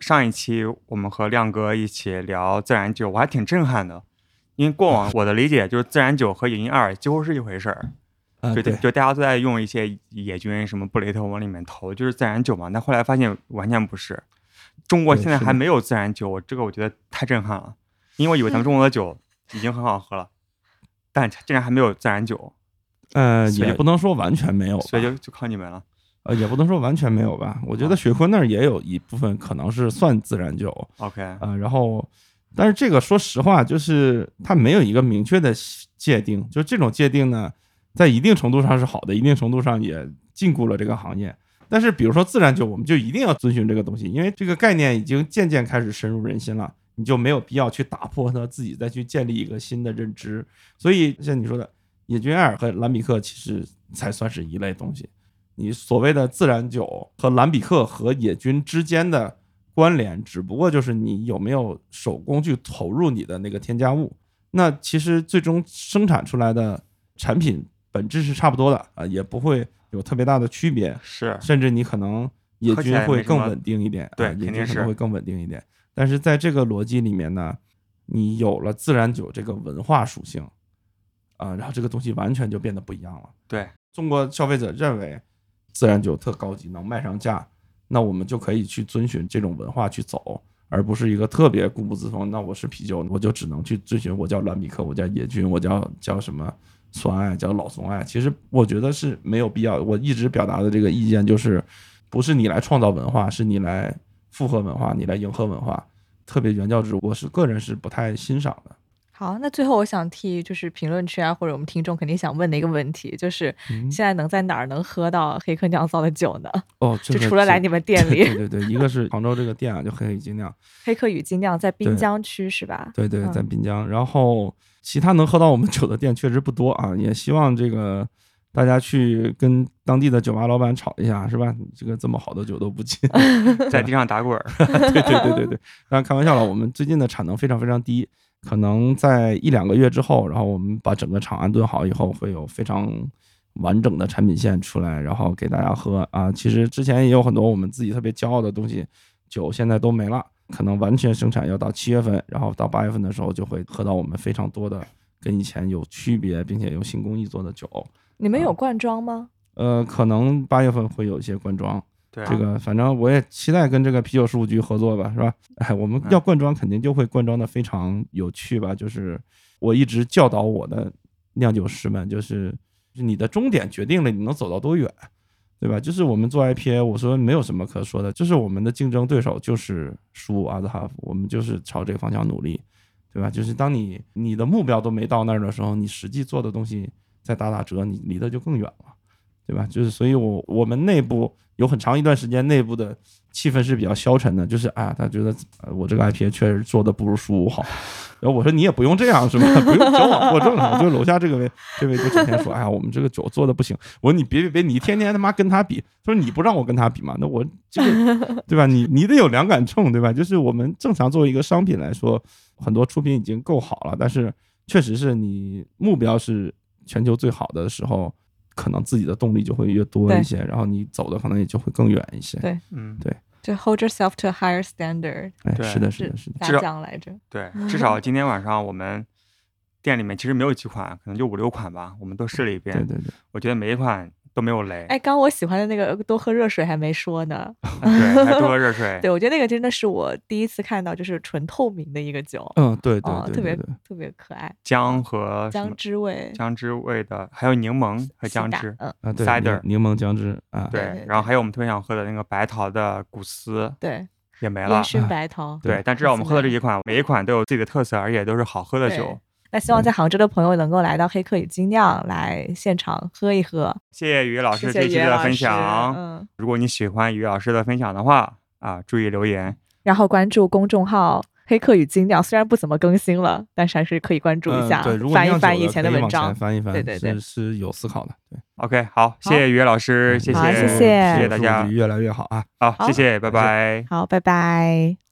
上一期我们和亮哥一起聊自然酒，我还挺震撼的，因为过往我的理解就是自然酒和野菌二几乎是一回事儿。 啊， 就对， 就大家都在用一些野菌什么布雷特往里面投，就是自然酒嘛。但后来发现完全不是，中国现在还没有自然酒，这个我觉得太震撼了。因为我以为咱们中国的酒已经很好喝了，但竟然还没有自然酒。 呃，也不能说完全没有吧， 所以就就靠你们了。 呃，也不能说完全没有吧。我觉得雪坤那儿也有一部分可能是算自然酒。 OK， 啊、呃，然后，但是这个说实话，就是它没有一个明确的界定，就这种界定呢。在一定程度上是好的，一定程度上也禁锢了这个行业。但是比如说自然酒，我们就一定要遵循这个东西，因为这个概念已经渐渐开始深入人心了，你就没有必要去打破它，自己再去建立一个新的认知。所以像你说的，野菌二和蓝比克其实才算是一类东西。你所谓的自然酒和蓝比克和野菌之间的关联，只不过就是你有没有手工去投入你的那个添加物。那其实最终生产出来的产品本质是差不多的啊，也不会有特别大的区别， 是， 甚至你可能野菌会更稳定一点， 对， 啊、 肯定是可能会更稳定一点。但是在这个逻辑里面呢，你有了自然酒这个文化属性啊，然后这个东西完全就变得不一样了。 对， 中国消费者认为自然酒特高级，能卖上价，那我们就可以去遵循这种文化去走，而不是一个特别固步自封。那我是啤酒，我就只能去遵循我叫蓝比克，我叫野菌，我叫叫什么酸艾，叫老松艾。其实我觉得是没有必要。我一直表达的这个意见就是，不是你来创造文化，是你来附和文化，你来迎合文化。特别原教旨，我是个人是不太欣赏的。 好，那最后我想替就是评论区啊，或者我们听众肯定想问的一个问题，就是现在能在哪儿能喝到黑客酿造的酒呢？ 哦，这个、 就除了来你们店里， 对对对，一个是杭州这个店啊，就黑客与精酿， 黑客与精酿在滨江区是吧？ 对对，在滨江。嗯、然后其他能喝到我们酒的店确实不多啊，也希望这个大家去跟当地的酒吧老板吵一下，是吧？你这个这么好的酒都不进， 在地上打滚。 对对对对对，当然开玩笑了，我们最近的产能非常非常低。可能在一两个月之后，然后我们把整个厂安顿好以后，会有非常完整的产品线出来，然后给大家喝啊。其实之前也有很多我们自己特别骄傲的东西，酒现在都没了，可能完全生产要到七月份，然后到八月份的时候就会喝到我们非常多的跟以前有区别，并且用新工艺做的酒。 你们有罐装吗？ 啊、呃，可能八月份会有一些罐装。 对， 这个反正我也期待跟这个啤酒事务局合作吧，是吧？哎，我们要灌装，肯定就会灌装的非常有趣吧。就是我一直教导我的酿酒师们，就是你的终点决定了你能走到多远，对吧？就是我们做 I P A， 我说没有什么可说的，就是我们的竞争对手就是舒阿兹哈夫，我们就是朝这个方向努力，对吧？就是当你你的目标都没到那儿的时候，你实际做的东西再打打折，你离得就更远了。对吧？就是所以我，我我们内部有很长一段时间，内部的气氛是比较消沉的，就是啊，他觉得我这个 I P A 确实做的不如苏好。然后我说你也不用这样是吧？不用矫枉过正啊。就楼下这个位，这位就整天说，哎呀，我们这个酒做的不行。我说你别别别，你天天他妈跟他比，他说你不让我跟他比嘛？那我这个对吧？你你得有两杆秤对吧？就是我们正常作为一个商品来说，很多出品已经够好了，但是确实是你目标是全球最好的时候。可能自己的动力就会越多一些，然后你走的可能也就会更远一些。 对， 嗯， 对， 就 hold yourself to a higher standard。 哎，是的，是的，是的， 大奖来着。 对，至少今天晚上我们店里面其实没有几款，可能就五六款吧，我们都试了一遍。 对对对， 我觉得每一款都没有雷。 哎，刚我喜欢的那个多喝热水还没说呢。 对，还多喝热水。 对，我觉得那个真的是我第一次看到，就是纯透明的一个酒。 嗯，对对对， 哦，特别特别可爱。 姜和姜汁味， 姜汁味的，还有柠檬和姜汁。 嗯啊，对 ，cider 柠檬姜汁啊。 对，然后还有我们特别想喝的那个白桃的古斯。 对。 也没了。 烟熏白桃。 对，但至少我们喝的这几款，每一款都有自己的特色，而且都是好喝的酒。 那希望在杭州的朋友能够来到黑客与精酿来现场喝一喝。 谢谢于老师这期的分享。嗯，如果你喜欢于老师的分享的话啊，注意留言， 然后关注公众号黑客与精酿，虽然不怎么更新了，但是还是可以关注一下， 嗯、对， 翻一翻以前的文章， 翻一翻， 对对对， 是是有思考的。对 ，OK， 好，谢谢于老师，谢谢， 谢谢， 谢谢大家， 越来越好啊， 好，谢谢，拜拜， 好，拜拜。